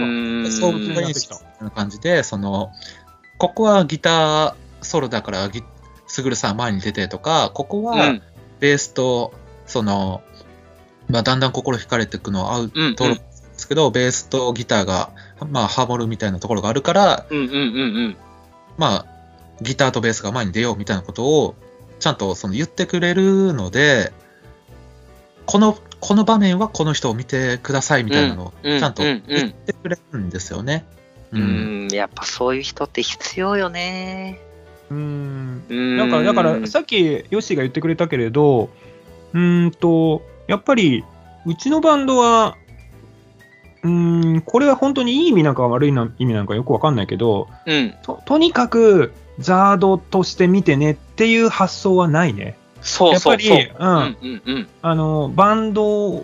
いう感じで、ここはギターソロだからスグルさん前に出てとか、ここはベースとまあ、だんだん心惹かれていくのはところですけど、ベースとギターがまあハモるみたいなところがあるから、まあギターとベースが前に出ようみたいなことをちゃんと言ってくれるので、この場面はこの人を見てくださいみたいなのをちゃんと言ってくれるんですよね。 やっぱそういう人って必要よね。 だからさっきヨッシーが言ってくれたけれど、やっぱりうちのバンドはこれは本当にいい意味なんか悪い意味なんかよくわかんないけど、とにかくザードとして見てねっていう発想はないね。やっぱりバンド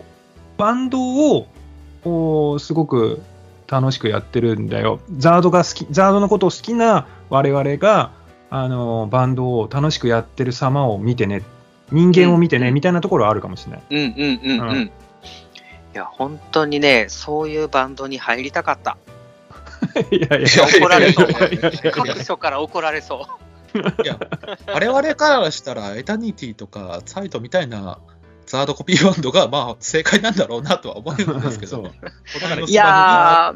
をすごく楽しくやってるんだよ。ザードのことを好きな我々がバンドを楽しくやってる様を見てね、人間を見てね、みたいなところはあるかもしれない。 いや本当にね、そういうバンドに入りたかった。 いや怒られそう。各所から怒られそう。 いや、我々からしたらエタニティとかサイトみたいなザードコピーバンドがまあ正解なんだろうなとは思うんですけど。 いや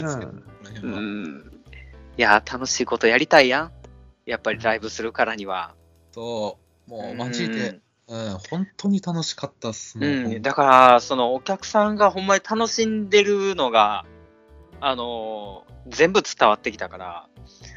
楽しいことやりたいやん。やっぱりライブするからには。 もうマジで。本当に楽しかったっすね。 だからお客さんがほんまに楽しんでるのが全部伝わってきたから、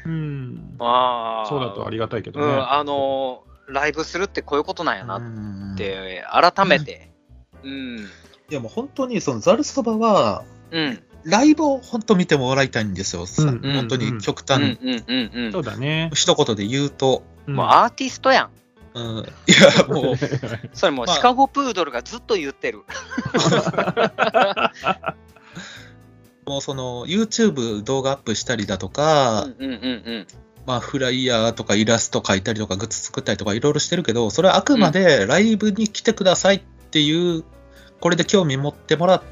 そうだとありがたいけどね。 ライブするってこういうことなんやなって改めて、 いやもう本当にザルそばは、ライブを本当見てもらいたいんですよ。本当に極端に。 そうだね。 一言で言うと、 もうアーティストやん。 いやもうそれもうシカゴプードルがずっと言ってる。 もうYouTube 動画アップしたりだとか、まあフライヤーとかイラスト描いたりとかグッズ作ったりとかいろいろしてるけど、それはあくまでライブに来てくださいっていう、これで興味持ってもらって、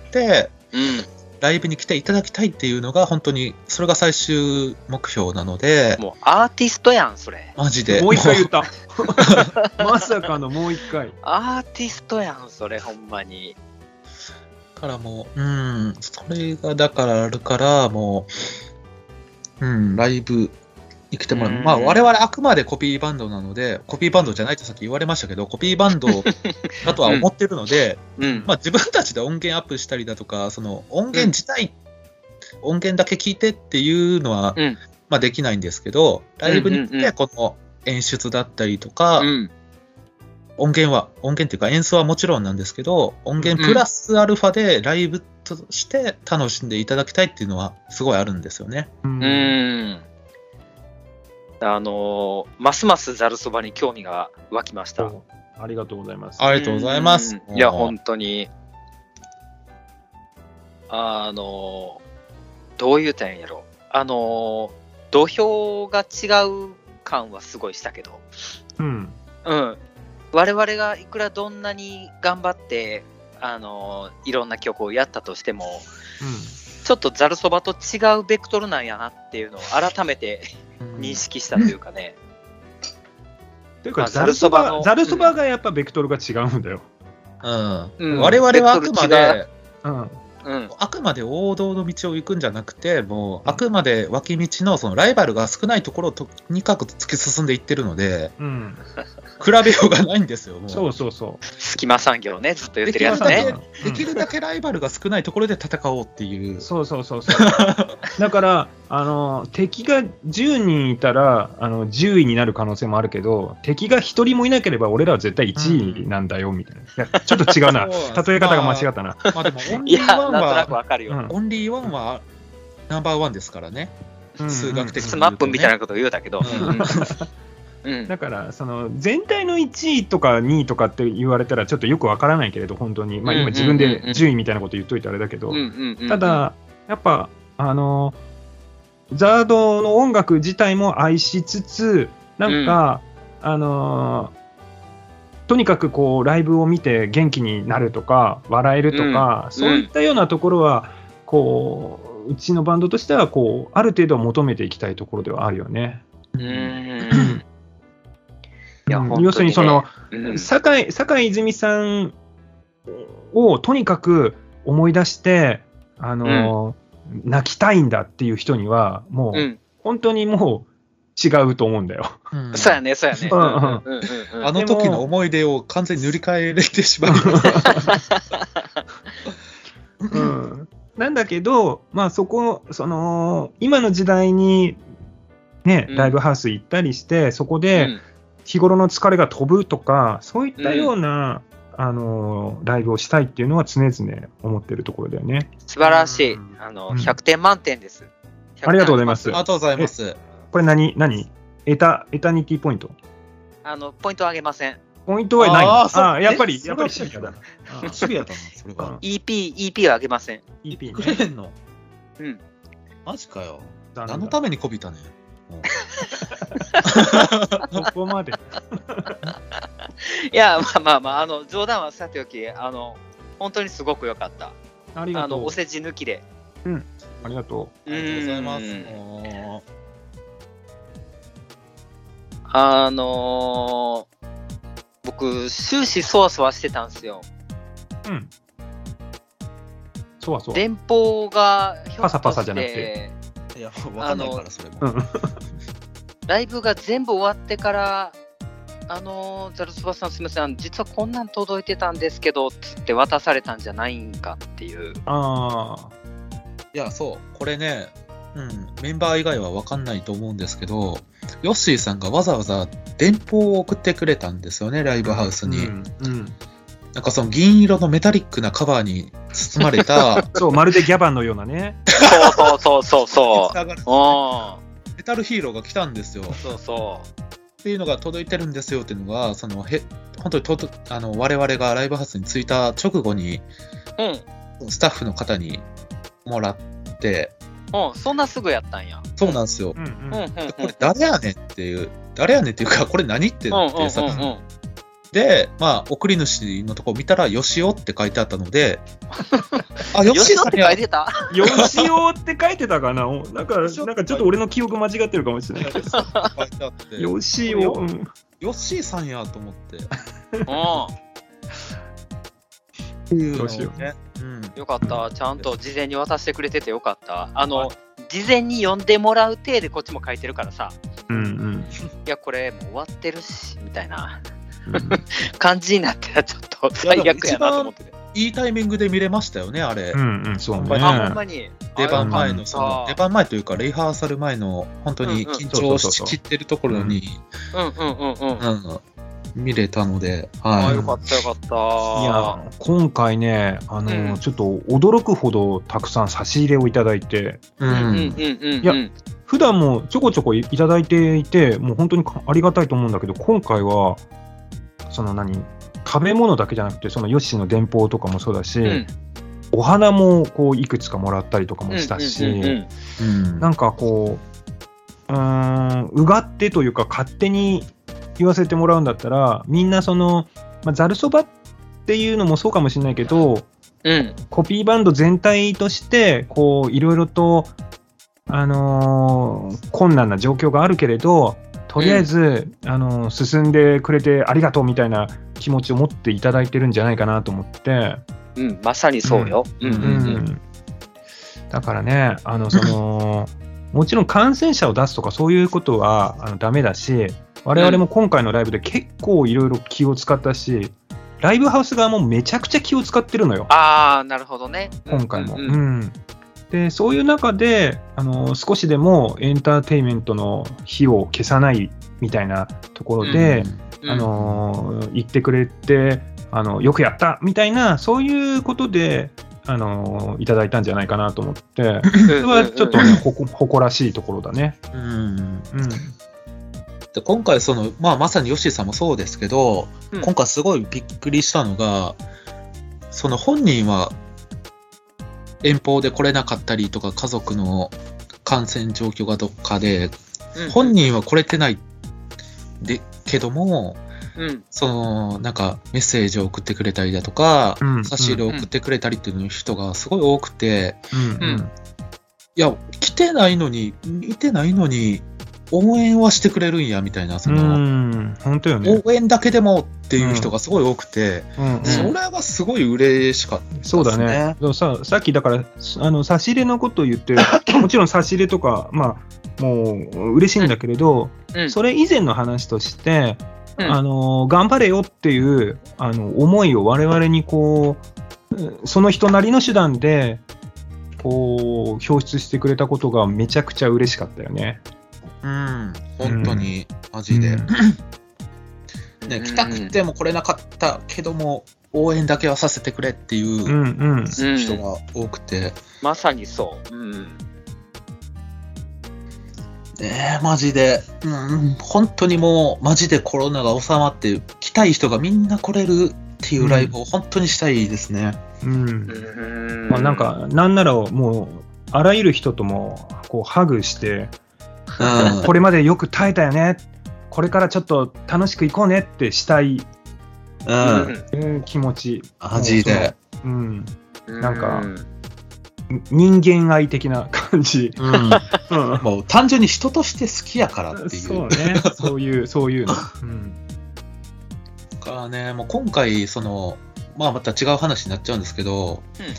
ライブに来ていただきたいっていうのが本当にそれが最終目標なので、 もうアーティストやんそれ。 マジでもう一回言った。まさかのもう一回。 アーティストやんそれ、ほんまに。 からもうそれがだからあるからもうライブに来てもらう。まあ我々あくまでコピーバンドなので、コピーバンドじゃないとさっき言われましたけど、コピーバンドだとは思ってるので、まあ自分たちで音源アップしたりだとか、音源自体、音源だけ聞いてっていうのは、まあできないんですけど、ライブに来てこの演出だったりとか、音源っていうか演奏はもちろんなんですけど、音源プラスアルファでライブとして楽しんでいただきたいっていうのはすごいあるんですよね。 ますますざるそばに興味が湧きました。 ありがとうございます。 ありがとうございます。 いや本当にどういう点やろ。土俵が違う感はすごいしたけど、我々がいくらどんなに頑張っていろんな曲をやったとしても、ちょっとざるそばと違うベクトルなんやなっていうのを改めて認識したというかね。 というかざるそばがやっぱベクトルが違うんだよ。 我々はあくまであくまで王道の道を行くんじゃなくて、もうあくまで脇道のそのライバルが少ないところをとにかく突き進んでいってるので、比べようがないんですよ。もうそう隙間産業ね、ずっと言ってるやつね。 できるだけライバルが少ないところで戦おうっていう。 そうだから敵が10人いたら10位になる可能性もあるけど、敵が1人もいなければ俺らは絶対1位なんだよみたいな。いやちょっと違うな例え方が間違ったな。 まあでもオンリーワンはなんとなくわかるよ。 オンリーワンはナンバーワンですからね。数学的に、 スマップみたいなことを言うだけど。 だからその全体の1位とか2位とかって言われたらちょっとよくわからないけれど、本当に、まあ、今自分で順位みたいなこと言っといてあれだけど、ただやっぱザードの音楽自体も愛しつつ、なんか、とにかくこうライブを見て元気になるとか笑えるとか、そういったようなところはこううちのバンドとしてはこうある程度求めていきたいところではあるよね。要するにその、坂井泉さんをとにかく思い出して泣きたいんだっていう人にはもう、本当にもう違うと思うんだよ。 そうやね。 あの時の思い出を完全に塗り替えれてしまう。なんだけど、まあその今の時代にね、ライブハウス行ったりしてそこで日頃の疲れが飛ぶとか、そういったような、ライブをしたいっていうのは常々思ってるところだよね。 素晴らしい。100点満点です。 ありがとうございます。 ありがとうございます。 これ何エタニティポイント？ ポイントあげません。 ポイントはない。やっぱりシビアだな。 シビアだな、それは。 EP はあげません。 EP くれへんの？マジかよ。何のためにこびたね。 ここまで。 いや、まあ、冗談はさておき、本当にすごく良かった。 ありがとう。 お世辞抜きで。 ありがとう。ありがとうございます。 僕、終始そわそわしてたんですよ。 そわそわ。 電報がパサパサじゃなくて。 いや、わかんないから、それも。 ライブが全部終わってから、ザルスバさんすみません、実はこんなん届いてたんですけど、つって渡されたんじゃないんかっていう。 いや、そう、これね、メンバー以外は分かんないと思うんですけど、ヨッシーさんがわざわざ電報を送ってくれたんですよね、ライブハウスに。なんかその銀色のメタリックなカバーに包まれたそう、まるでギャバンのようなね。 そうメタルヒーローが来たんですよ。っていうのが届いてるんですよっていうのが、その本当に我々がライブハウスに着いた直後に、スタッフの方にもらって、 そんなすぐやったんや。 そうなんですよ。これ誰やねんっていうか、これ何ってなってさ。で、まあ、送り主のとこ見たら、よしおって書いてあったので、 よしおって書いてた？ よしおって書いてたかな。なんかちょっと俺の記憶間違ってるかもしれないけど。よしお。 よっしーさんやと思って。 どうしよう。よかった。ちゃんと事前に渡してくれててよかった。事前に読んでもらう体でこっちも書いてるからさ。いや、これもう終わってるし、みたいな。感じになったらちょっと最悪やなと思ってて。 いいタイミングで見れましたよね、あれ。 そうね。 ほんまに。 出番前というか、レイハーサル前の本当に緊張しきってるところに見れたので。 よかった。 いや、今回ね、ちょっと驚くほどたくさん差し入れをいただいて。いや、普段もちょこちょこいただいていて、もう本当にありがたいと思うんだけど、今回は、食べ物だけじゃなくて、そのヨッシーの電報とかもそうだし、お花もこういくつかもらったりとかもしたし、なんかこう、うがってというか勝手に言わせてもらうんだったら、みんなざるそばっていうのもそうかもしれないけど、コピーバンド全体としてこういろいろと、困難な状況があるけれど、とりあえず、進んでくれてありがとうみたいな気持ちを持っていただいてるんじゃないかなと思って、 まさにそうよ。 だからね、もちろん感染者を出すとかそういうことはダメだし、我々も今回のライブで結構いろいろ気を使ったし、ライブハウス側もめちゃくちゃ気を使ってるのよ。 ああ、なるほどね。 今回も。で、そういう中で少しでもエンターテインメントの火を消さないみたいなところで、言ってくれてよくやったみたいな、そういうことでいただいたんじゃないかなと思って、それはちょっとね、誇らしいところだね。 で今回まさにヨッシーさんもそうですけど、今回すごいびっくりしたのが、本人は遠方で来れなかったりとか、家族の感染状況がどっかで、本人は来れてないけども、なんかメッセージを送ってくれたりだとか、差し入れを送ってくれたりっていう人がすごい多くて、いや、来てないのに、見てないのに、応援はしてくれるんやみたいな、 本当よね、 応援だけでもっていう人がすごい多くて、それはすごい嬉しかったですね。 そうだね。さっきだから差し入れのことを言って、もちろん差し入れとか、もう嬉しいんだけれど、それ以前の話として、頑張れよっていう思いを我々にその人なりの手段で表出してくれたことがめちゃくちゃ嬉しかったよね。 本当にマジで、ね、来たくても来れなかったけども応援だけはさせてくれっていう人が多くて、 まさにそう。 マジで、本当にもうマジでコロナが収まって来たい人がみんな来れるっていうライブを本当にしたいですね。 なんかなんならもうあらゆる人ともハグして、これまでよく耐えたよね、これからちょっと楽しくいこうねってしたい、気持ち。 マジで。 なんか人間愛的な感じ。 もう単純に人として好きやからっていう。 そうね。そういうの。 からね、もう今回また違う話になっちゃうんですけど、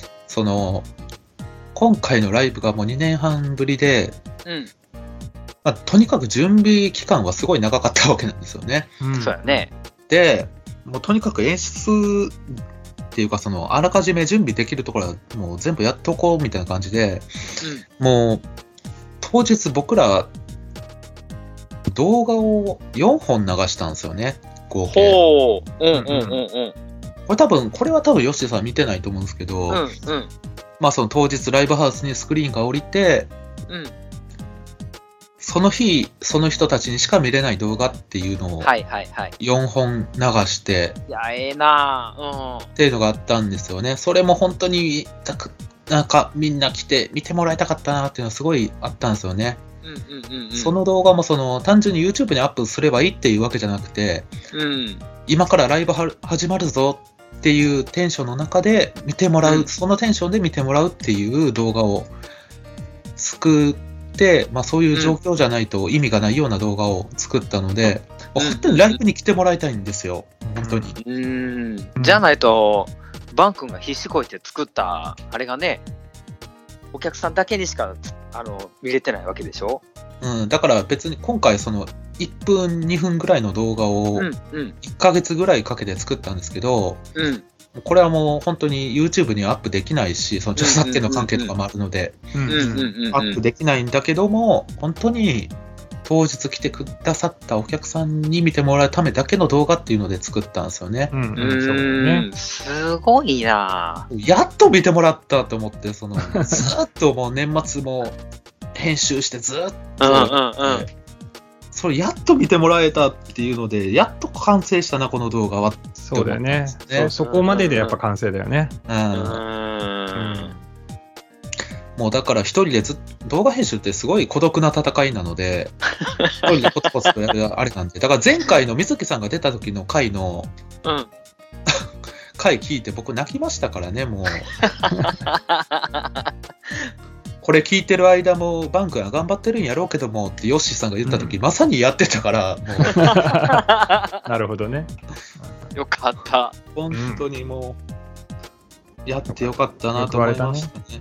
今回のライブがもう2年半ぶりで。とにかく準備期間はすごい長かったわけなんですよね。 そうやね。 で、もうとにかく演出っていうかあらかじめ準備できるところはもう全部やっとこうみたいな感じで、もう当日僕ら動画を4本流したんですよね、合計。これは多分ヨッシーさん見てないと思うんですけど、当日ライブハウスにスクリーンが降りて、その日その人たちにしか見れない動画っていうのを4本流して、 いや、ええなっていうのがあったんですよね。それも本当になんかみんな来て見てもらいたかったなっていうのはすごいあったんですよね。その動画も単純に YouTube にアップすればいいっていうわけじゃなくて、今からライブ始まるぞっていうテンションの中で見てもらう、そのテンションで見てもらうっていう動画を作って、そういう状況じゃないと意味がないような動画を作ったので、本当にライブに来てもらいたいんですよ、本当に。 じゃないとバン君が必死こいて作ったあれがね、お客さんだけにしか見れてないわけでしょ。 だから別に今回1分2分ぐらいの動画を1ヶ月ぐらいかけて作ったんですけど、これはもう本当に YouTube にはアップできないし、著作権の関係とかもあるのでアップできないんだけども、本当に当日来てくださったお客さんに見てもらうためだけの動画っていうので作ったんですよね。 すごいな。 やっと見てもらったと思って、ずっともう年末も編集してずっとそれやっと見てもらえたっていうので、やっと完成したなこの動画は。 そうだよね。そこまででやっぱ完成だよね。 もうだから一人で動画編集ってすごい孤独な戦いなので、一人でコツコツとやるあれなんで、だから前回の水木さんが出た時の回の、回聞いて僕泣きましたからね、もう。これ聞いてる間もバンクが頑張ってるんやろうけどもってヨッシーさんが言った時、まさにやってたからもうなるほどね。 よかった。 本当にもやってよかったなと思いましたね。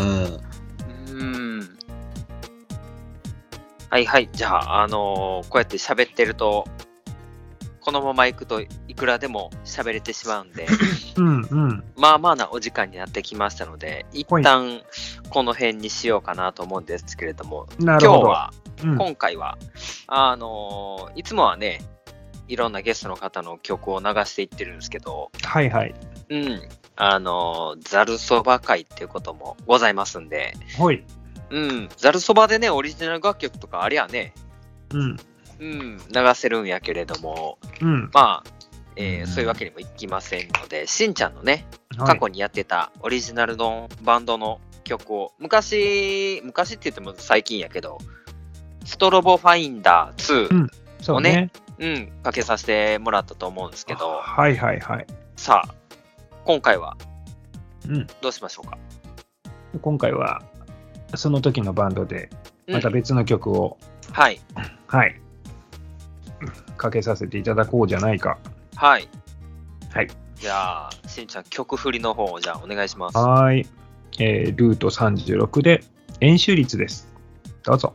はいはい。じゃあ、こうやって喋ってると、このまま行くといくらでも喋れてしまうんで、まあまあなお時間になってきましたので、一旦この辺にしようかなと思うんですけれども、今回は、いつもはね、いろんなゲストの方の曲を流していってるんですけど、 はいはい。 ざるそば会っていうこともございますんで、 はい。 ざるそばでね、オリジナル楽曲とかありゃね、流せるんやけれども、まあ、そういうわけにもいきませんので、しんちゃんのね、過去にやってたオリジナルのバンドの曲を、昔って言っても最近やけど、ストロボファインダー2をね、かけさせてもらったと思うんですけど、 はいはいはい。 さあ、今回は、どうしましょうか。 今回は、その時のバンドで、また別の曲を、 はい。 はい。かけさせていただこうじゃないか。 はい。 はい。 じゃあ、しんちゃん、曲振りの方をじゃあお願いします。 はい。ルート36で、円周率です。どうぞ。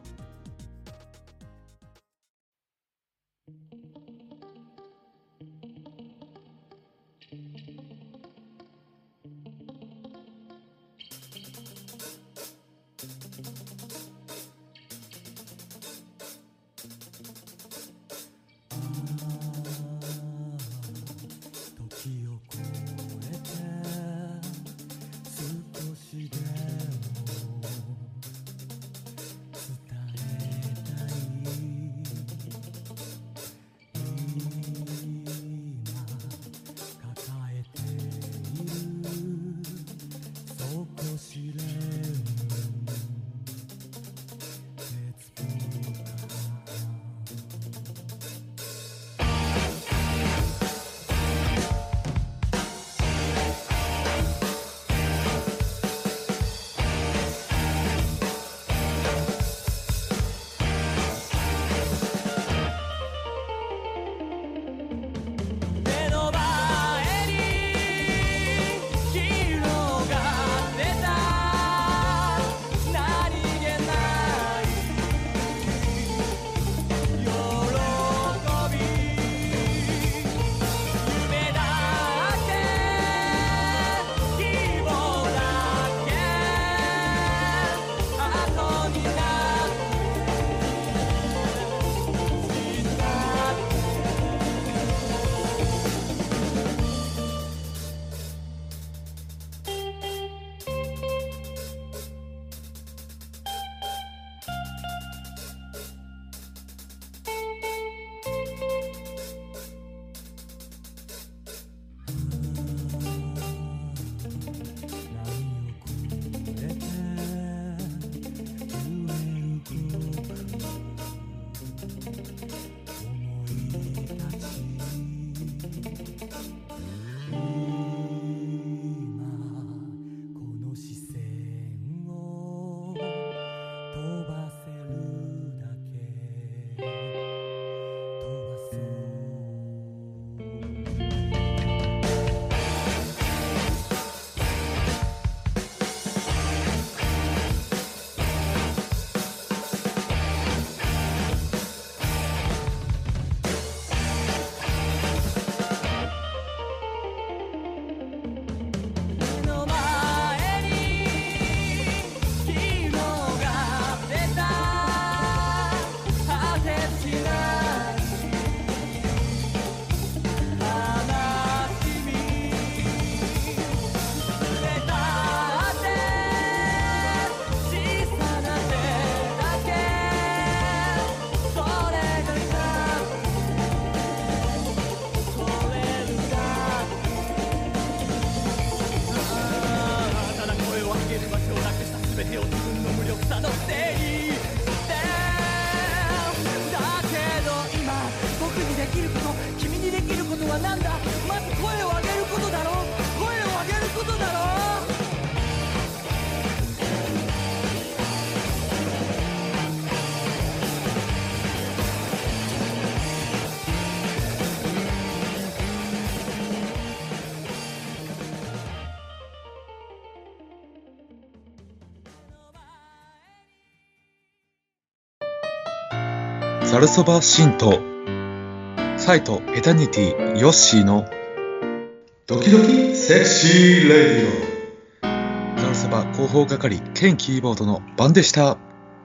ざるそば神道サイトエタニティヨッシーのドキドキセクシーレディオ。ざるそば広報係兼キーボードの番でした。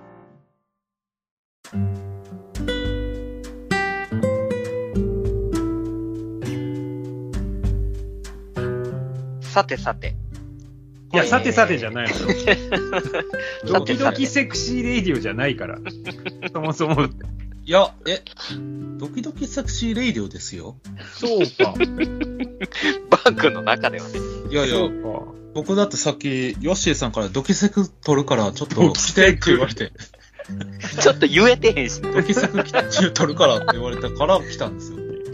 さてさて。 いや、さてさてじゃないのよ。ドキドキセクシーレディオじゃないから。そもそも。 いや、ドキドキセクシーレディオですよ。 そうか。 バンクの中ではね。 いやいや、僕だってさっき、ヨッシーさんからドキセク取るからちょっと来てって言われて。 ちょっと言えてへんし。 ドキセク取るからって言われたから来たんですよ。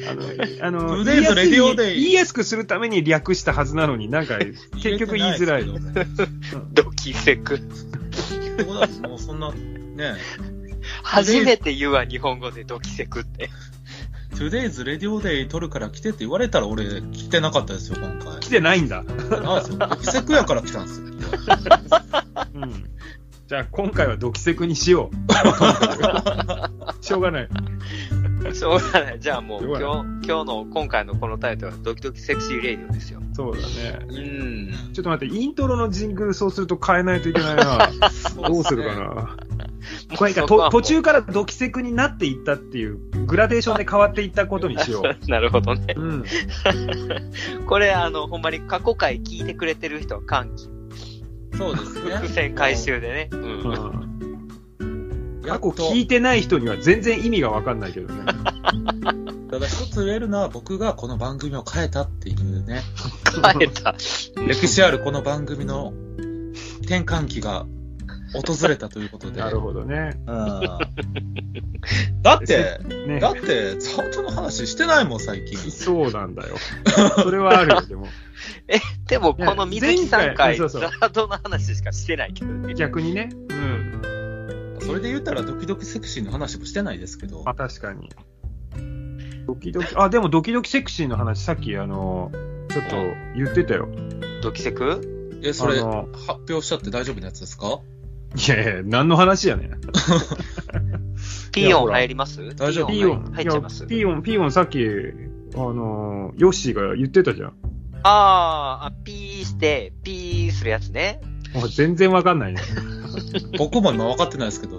言いやすくするために略したはずなのに、なんか、結局言いづらい。 ドキセク。 もうそんな、ね。 初めて言うわ、日本語でドキセクって。 Today's Radio Day 撮るから来てって言われたら俺来てなかったですよ、今回。 来てないんだ。 なんですよ。ドキセクやから来たんですよ。 うん。じゃあ今回はドキセクにしよう。しょうがない。 しょうがない。じゃあもう今回のこのタイトルはドキドキセクシーレディオですよ。 そうだね。ちょっと待って、イントロのジングルそうすると変えないといけないな。どうするかな。これ途中からドキセクになっていったっていうグラデーションで変わっていったことにしよう。 なるほどね。これほんまに過去回聞いてくれてる人は歓喜。 そうですね。 伏線回収でね。 過去聞いてない人には全然意味が分かんないけどね。 ただ一つ言えるのは僕がこの番組を変えたっていうね。 変えた。 歴史あるこの番組の転換期が訪れたということで。 なるほどね。 だって、ザードの話してないもん、最近。 そうなんだよ。それはあるよ、でも。 でもこの水木さん回、ザードの話しかしてないけどね。 逆にね。 それで言ったらドキドキセクシーの話もしてないですけど。 確かに。でもドキドキセクシーの話、さっきちょっと言ってたよ。 ドキセク？ それ、発表しちゃって大丈夫なやつですか？ いやいや、何の話やねん。 ピーヨン入ります？ 大丈夫？ ピーヨン入っちゃいます？ ピーヨンさっき、ヨッシーが言ってたじゃん。 ピーして、ピーするやつね。 全然わかんないね。 僕も今分かってないですけど、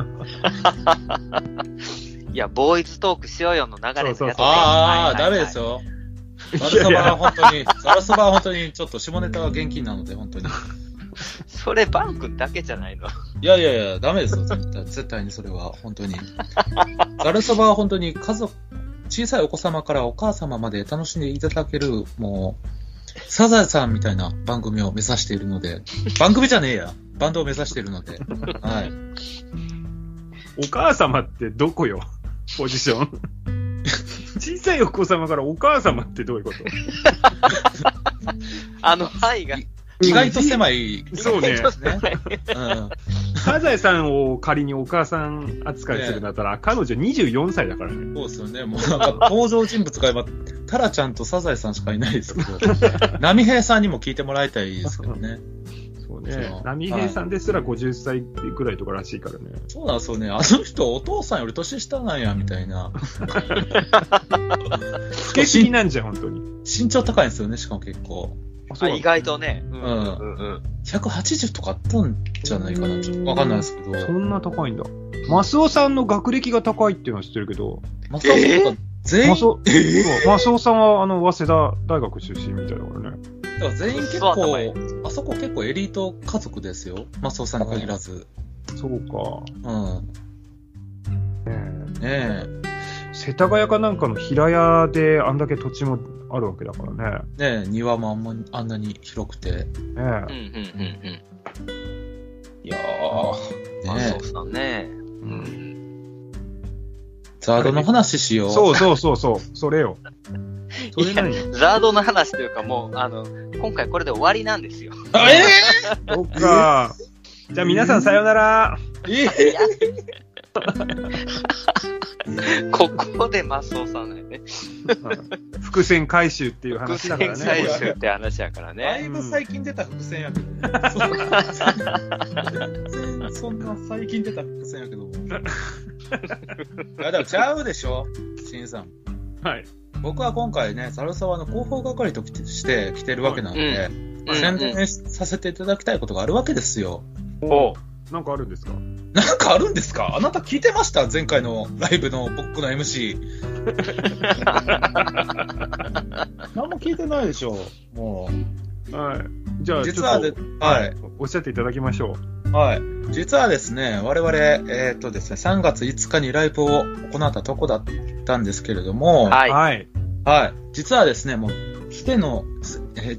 いや、ボーイズトークしようよの流れのやつね。 ダメですよ。ザルそばは本当にちょっと下ネタは厳禁なので、本当に。 それバン君だけじゃないの？ いや、ダメですよ、絶対にそれは、本当に。ザルそばは本当に小さいお子様からお母様まで楽しんでいただける、もう、サザエさんみたいな番組を目指しているので、番組じゃねえや、バンドを目指しているので、はい。 お母様ってどこよ、ポジション。小さいお子様からお母様ってどういうこと？ 範囲が。 意外と狭い。 そうね。サザエさんを仮にお母さん扱いするんだったら、彼女24歳だからね。 そうですよね。もうなんか登場人物が今、タラちゃんとサザエさんしかいないですけど、波平さんにも聞いてもらいたいですけどね。 そうね。波平さんですら50歳くらいとからしいからね。 そうなんですよね。あの人お父さんより年下なんや、みたいな。 不景気なんじゃん、本当に。 身長高いんですよね、しかも結構。 意外とね。 180とかあったんじゃないかな。ちょっとわかんないですけど。 そんな高いんだ。マスオさんの学歴が高いっていうのは知ってるけど。 マスオさんとか全員マスオさんは早稲田大学出身みたいだからね。 だから全員結構、あそこ結構エリート家族ですよ。マスオさんに限らず。 そうか。 ねえ。 世田谷かなんかの平屋であんだけ土地もあるわけだからね。 ねえ、庭もあんなに広くて。ねえ。 いやー、マスオさんね。 ザードの話しよう。 そう、それよ。それ何？ ザードの話というかもう、今回これで終わりなんですよ。 そっか。じゃあ皆さんさよなら。 ここでマスオさんだよね。 伏線回収っていう話だからね。 伏線回収って話やからね。 だいぶ最近出た伏線やけどね。そんな最近出た伏線やけども。 いや、でもちゃうでしょ、しんさん。 はい。 僕は今回ね、ざるそばの広報係として来てるわけなんで、宣伝させていただきたいことがあるわけですよ。 なんかあるんですか？ なんかあるんですか？あなた聞いてました？前回のライブの僕の MC。何も聞いてないでしょ、もう。はい。じゃあ、 実ははい。 おっしゃっていただきましょう。はい。実はですね、我々、ですね、3月5日にライブを行ったとこだったんですけれども、 はい。はい。 はい。実はですね、もう、すでの、違う、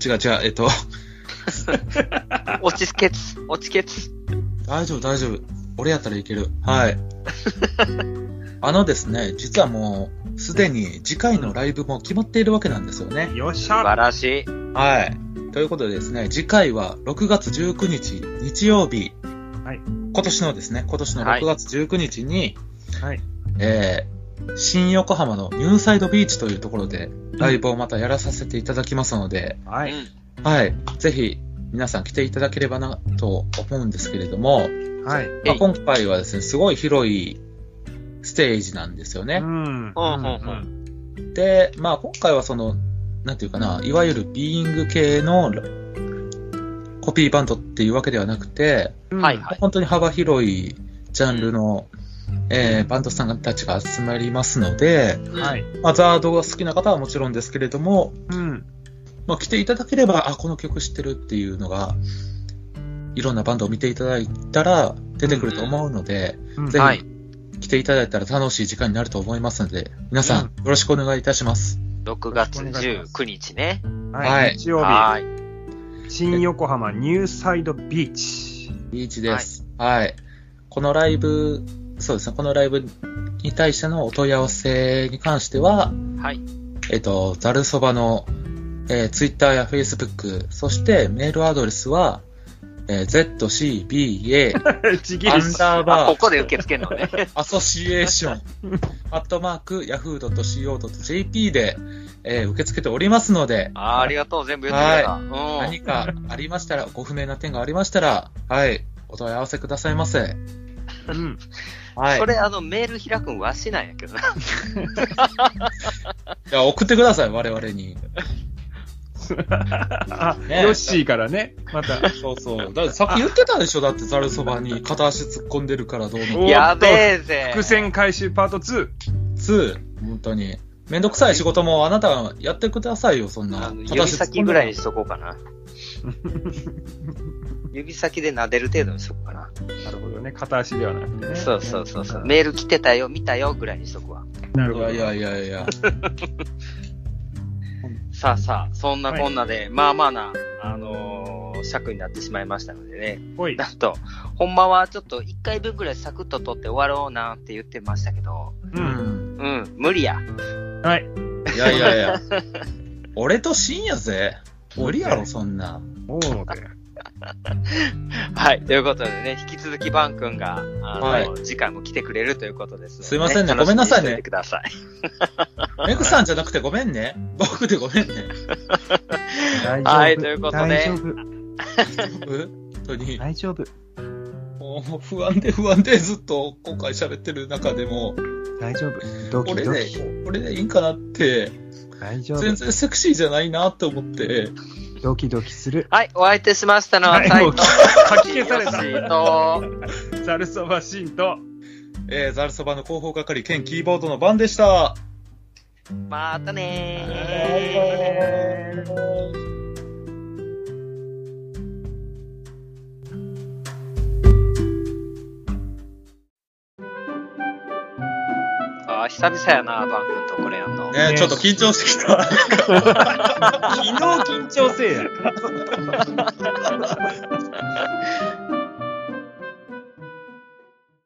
落ちけつ。 大丈夫。俺やったらいける。はい。ですね、実はもう、すでに次回のライブも決まっているわけなんですよね。 よっしゃ。 素晴らしい。 はい。ということでですね、次回は6月19日、日曜日。 はい。 今年の6月19日に、 はい。 新横浜のニューサイドビーチというところで、ライブをまたやらさせていただきますので、 はい。 はい。ぜひ、皆さん来ていただければなと思うんですけれども、 はい。 今回はですね、すごい広いステージなんですよね。で、今回はなんていうかな、いわゆるビーイング系のコピーバンドっていうわけではなくて、本当に幅広いジャンルの、バンドさんたちが集まりますので、ザードが好きな方はもちろんですけれども、来ていただければ、この曲知ってるっていうのが、いろんなバンドを見ていただいたら出てくると思うので、ぜひ来ていただいたら楽しい時間になると思いますので、皆さんよろしくお願いいたします。 6月19日ね。 はい。日曜日。新横浜ニューサイドビーチ。 ビーチです。はい。このライブに対してのお問い合わせに関しては、ざるそばの、ツイッターやフェイスブック、そしてメールアドレスは、ZCBA ここで受け付けるのね。 アソシエーション@yahoo.co.jp で、受け付けておりますので。 ありがとう、全部言ってくれた。 何かありましたら、ご不明な点がありましたら、はい、お問い合わせくださいませ。 はい。それメール開くんわしなんやけどな。いや、送ってください、我々に。 ヨッシーからね、また。 そう。だってさっき言ってたでしょ、だってざるそばに片足突っ込んでるからどうの。 やべえぜ。 伏線回収パート2。 本当に。めんどくさい仕事もあなたがやってくださいよ、そんな。 指先ぐらいにしとこうかな。指先で撫でる程度にしとこうかな。 なるほどね、片足ではなくてね。 そう。メール来てたよ、見たよぐらいにしとくわ。 なるほど。 いや。 さあ、そんなこんなで、まあな、尺になってしまいましたのでね。なんと、ほんまはちょっと1回分ぐらいサクッと撮って終わろうなって言ってましたけど、無理や。 はい。 いや。俺と深夜ぜ。無理やろ、そんな。 はい。ということでね、引き続きバン君が、次回も来てくれるということですので、 すいませんね。ごめんなさいね。 ください。 メグさんじゃなくてごめんね。僕でごめんね。 はい。ということで。 大丈夫。 もう不安でずっと今回喋ってる中でも。 大丈夫。ドキドキ。 これでいいんかなって。 大丈夫。 全然セクシーじゃないなって思って。 ドキドキする。 はい、お相手しましたのは、 もう書き消された。ざるそばシンと、 ざるそばの広報係兼キーボードの番でした。 またねー。久々やな、バン君とこれやんの。 ちょっと緊張してきた。 昨日緊張せえや。